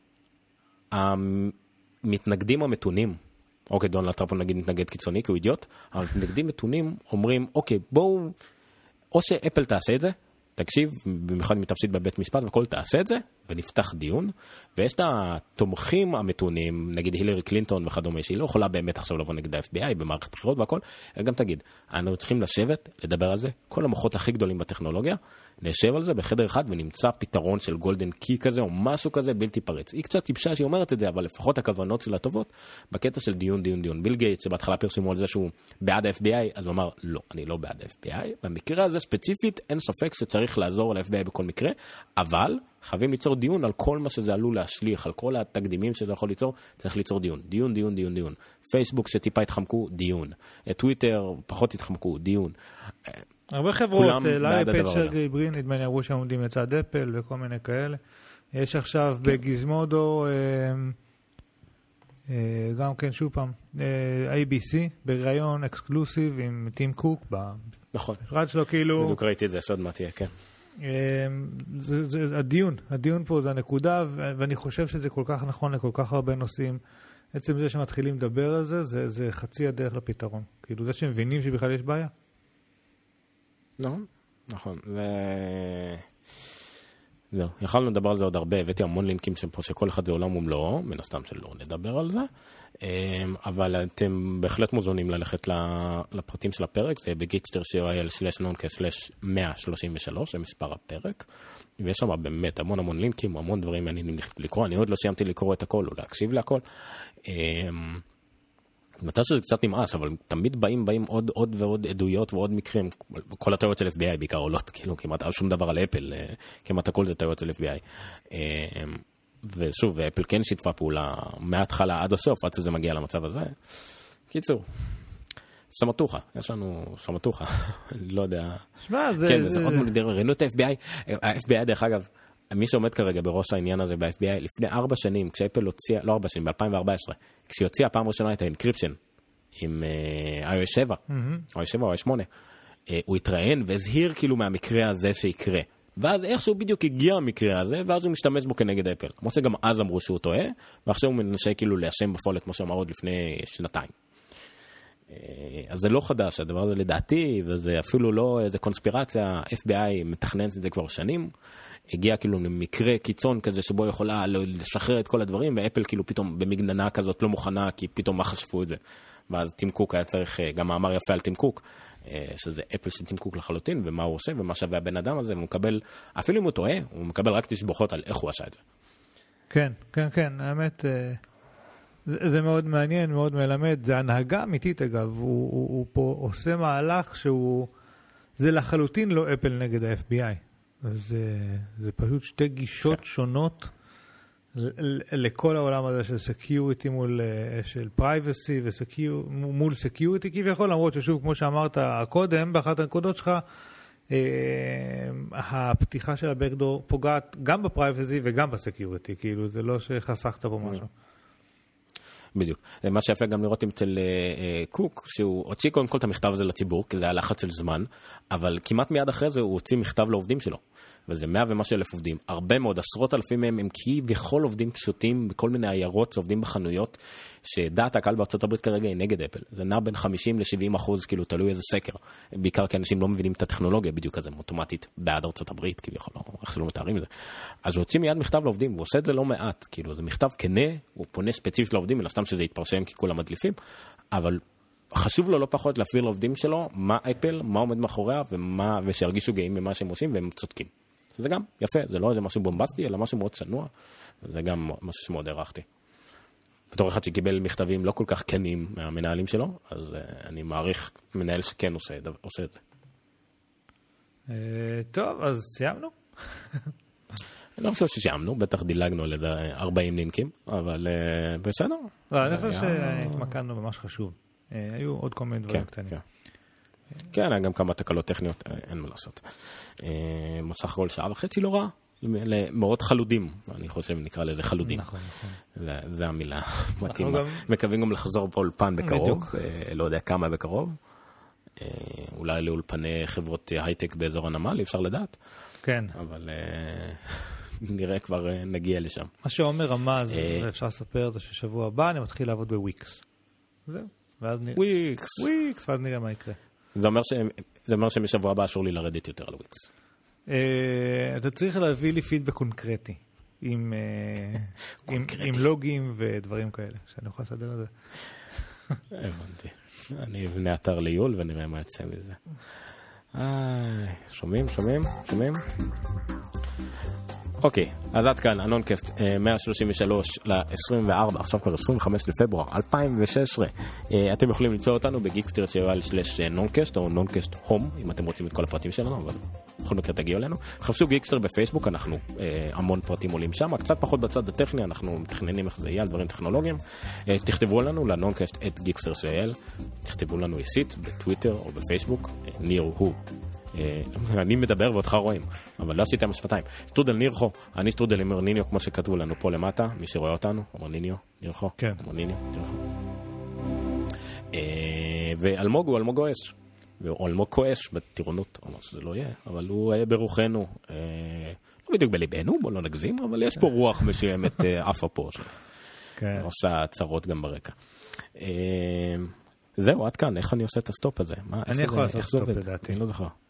המתנגדים המתונים, אוקיי, דונלד טראמפ נגיד מתנגד קיצוני, כי הוא אידיוט, אבל מתנגדים מתונים אומרים, אוקיי, בואו, או שאפל תעשה את זה, תקשיב, במיוחד אם תפסיד בבית משפט וכל תעשה את זה, ונפתח דיון, ויש את התומכים המתונים, נגיד הילרי קלינטון וכדומה, שהיא לא יכולה באמת עכשיו לבוא נגד ה-FBI במערכת בחירות והכל, גם תגיד, אנחנו צריכים לשבת, לדבר על זה, כל המוחות הכי גדולים בטכנולוגיה, נשב על זה בחדר אחד ונמצא פתרון של גולדן קי כזה, או משהו כזה בלתי פרץ. היא קצת טיפשה שהיא אומרת את זה, אבל לפחות הכוונות שלה טובות, בקטע של דיון. ביל גייטס, שבהתחלה פרסמו על זה שהוא בעד ה-FBI, אז הוא אמר, לא, אני לא בעד ה-FBI. במקרה הזה ספציפית, אין ספק שצריך לעזור ל-FBI בכל מקרה, אבל חייבים ליצור דיון על כל מה שזה עלול להשליך, על כל התקדימים שזה יכול ליצור, צריך ליצור דיון. פייסבוק שטיפה התחמקו, דיון. טוויטר פחות התחמקו, דיון. הרבה חברות, לארי פייג' סרגי ברין, נדמה לי אמרו שהם עומדים לצד אפל וכל מיני כאלה. יש עכשיו בגיזמודו, גם כן שוב פעם, ABC, בראיון אקסקלוסיב עם טים קוק, במשרד שלו כאילו... בדיוק ראיתי את זה, סוד מה תהיה, כן. זה הדיון פה זה הנקודה, ואני חושב שזה כל כך נכון לכל כך הרבה נושאים. עצם זה שמתחילים לדבר על זה, זה חצי הדרך לפתרון. כאילו זה שמבינים שבכלל יש בעיה. נכון. זהו, יכולנו לדבר על זה עוד הרבה, הבאתי המון לינקים פה שכל אחד זה עולם ומלואו, מן הסתם שלא נדבר על זה, אבל אתם בהחלט מוזמנים ללכת לפרטים של הפרק, זה bgitster.co.il/nonk/133, זה מספר הפרק, ויש שם באמת המון לינקים, המון דברים מעניינים לקרוא, אני עוד לא סיימתי לקרוא את הכל, או להקשיב להכל, מתי שזה קצת נמאס, אבל תמיד באים עוד ועוד עדויות ועוד מקרים, כל הטעויות של FBI בעיקר עולות, כאילו כמעט שום דבר על אפל, כמעט הכל זה טעויות של FBI. ושוב, אפל כן שיתפה פעולה מההתחלה עד הסוף, עד שזה מגיע למצב הזה. קיצור, סמטוחה, יש לנו סמטוחה, לא יודע. שמע, זה... כן, זה עוד מולידר, ראינו את ה-FBI, ה-FBI דרך אגב, מי שעומד כרגע בראש העניין הזה ב-FBI, לפני 4 שנים, כשאפל הוציאה, לא 4 שנים, ב-2014, כשהיא הוציאה פעם ראשונה את האנקריפשן, עם iOS 7, iOS 7 או iOS 8, הוא התראיין והזהיר כאילו מהמקרה הזה שיקרה. ואז איכשהו בדיוק הגיע המקרה הזה, ואז הוא משתמש בו כנגד אפל. למרות שגם אז אמרו שהוא טועה, ועכשיו הוא מנסה כאילו להשם בפועל את מה שאמר עוד לפני 2 שנים. אז זה לא חדש, הדבר הזה לדעתי, וזה אפילו לא איזה קונספירציה, FBI מתכנן את זה כבר שנים, הגיע כאילו למקרה קיצון כזה שבו יכולה לשחרר את כל הדברים, ואפל כאילו פתאום במגננה כזאת לא מוכנה, כי פתאום מה חשפו את זה. ואז טים קוק היה צריך, גם מאמר יפה על טים קוק, שזה אפל של טים קוק לחלוטין, ומה הוא עושה, ומה שווה הבן אדם הזה, והוא מקבל, אפילו אם הוא טועה, הוא מקבל רק תשבחות על איך הוא עשה את זה. כן, כן, כן, האמת, זה מאוד מעניין, מאוד מלמד, זה הנהגה אמיתית אגב, הוא פה עושה מהלך שהוא, זה לחלוטין לא אפל נגד ה-FBI, זה פשוט שתי גישות שונות לכל העולם הזה של סקיוריטי מול, של פרייבסי מול סקיוריטי כביכול, למרות ששוב, כמו שאמרת קודם, באחת הנקודות שלך, הפתיחה של הבקדור פוגעת גם בפרייבסי וגם בסקיוריטי, כאילו זה לא שחסכת פה משהו. בדיוק. מה שיפה גם לראות אצל קוק, שהוא הוציא קודם כל את המכתב הזה לציבור, כי זה היה לחץ של זמן, אבל כמעט מיד אחרי זה הוא הוציא מכתב לעובדים שלו. וזה 100 ומשהו אלף עובדים. הרבה מאוד, עשרות אלפים מהם הם כביכול עובדים פשוטים, בכל מיני עיירות, עובדים בחנויות, שדעת הקהל בארצות הברית כרגע היא נגד אפל. זה נע בין 50 ל-70%, כאילו תלוי איזה סקר. בעיקר כי אנשים לא מבינים את הטכנולוגיה בדיוק כזה, אוטומטית בעד ארצות הברית, כביכול, איך שלא מתארים את זה. אז הוא הוציא מיד מכתב לעובדים, הוא עושה את זה לא מעט, כאילו זה מכתב כנה, הוא פונה ספציפית לעובדים, אלא סתם שזה יתפרסם כי כולם מדליפים, אבל חשוב לו לא פחות להפעיל לעובדים שלו מה אפל, מה עומד מאחוריה, ושירגישו גאים ממה שהם עושים, והם צודקים. זה גם יפה, זה לא איזה משהו בומבסטי, אלא משהו מאוד צנוע, זה גם משהו שמאוד הערכתי. בתור אחד שקיבל מכתבים לא כל כך כנים מהמנהלים שלו, אז אני מעריך מנהל שכן עושה את זה. טוב, אז סיימנו? אני לא חושב שסיימנו, בטח דילגנו על איזה 40 לינקים, אבל בסדר. לא, אני חושב שהתמקדנו ממש חשוב. היו עוד כל מיני דברים קטנים. כן, היה גם כמה תקלות טכניות, אין מה לעשות. בסך הכל שעה וחצי לא רע, למאוד חלודים, אני חושב נקרא לזה חלודים. נכון, נכון. זה המילה מתאימה. מקווים גם לחזור באולפן בקרוב, לא יודע כמה בקרוב. אולי לאולפני חברות הייטק באזור הנמל, אפשר לדעת. כן. אבל נראה כבר נגיע לשם. מה שאומר רמז, ואפשר לספר זה ששבוע הבא אני מתחיל לעבוד בוויקס. זהו. וויקס, ואז נראה מה יקרה. זה אומר שמשבוע הבא אסור לי לרדת יותר על וויקס. אתה צריך להביא לי פידבק קונקרטי, עם לוגים ודברים כאלה, שאני יכול לסדר את זה. הבנתי. אני אבנה אתר ליול ונראה מה יצא מזה. שומעים? אוקיי, אז עד כאן, הנונקאסט 133 ל-24, עכשיו כבר 25 לפברואר 2016. אתם יכולים למצוא אותנו בגיקסטר.co/נונקאסט או נונקאסט הום, אם אתם רוצים את כל הפרטים שלנו, אבל בכל מקרה תגיעו אלינו. חפשו גיקסטר בפייסבוק, אנחנו המון פרטים עולים שם, קצת פחות בצד הטכני, אנחנו מתכננים איך זה יהיה על דברים טכנולוגיים. תכתבו לנו לנונקאסט@גיקסטר.co.il, תכתבו לנו אישית בטוויטר או בפייסבוק, ניר הוא. אני מדבר ואותך רואים, אבל לא עשיתם השפתיים. סטרודל נירחו, אני סטרודל אמר ניניו, כמו שכתבו לנו פה למטה, מי שרואה אותנו, אמר ניניו, נירחו, כן. אמר ניניו, נירחו. ואלמוג הוא אלמוג כועש, ואלמוג כועש בטירונות, אמר שזה לא יהיה, אבל הוא ברוחנו, לא בדיוק בליבנו, בוא לא נגזים, אבל יש פה רוח מסוימת עפה פה, עושה צרות גם ברקע. זהו, עד כאן, איך אני עושה את הסטופ הזה? אני יכול לעשות סטופ לדעתי. אני לא זוכר.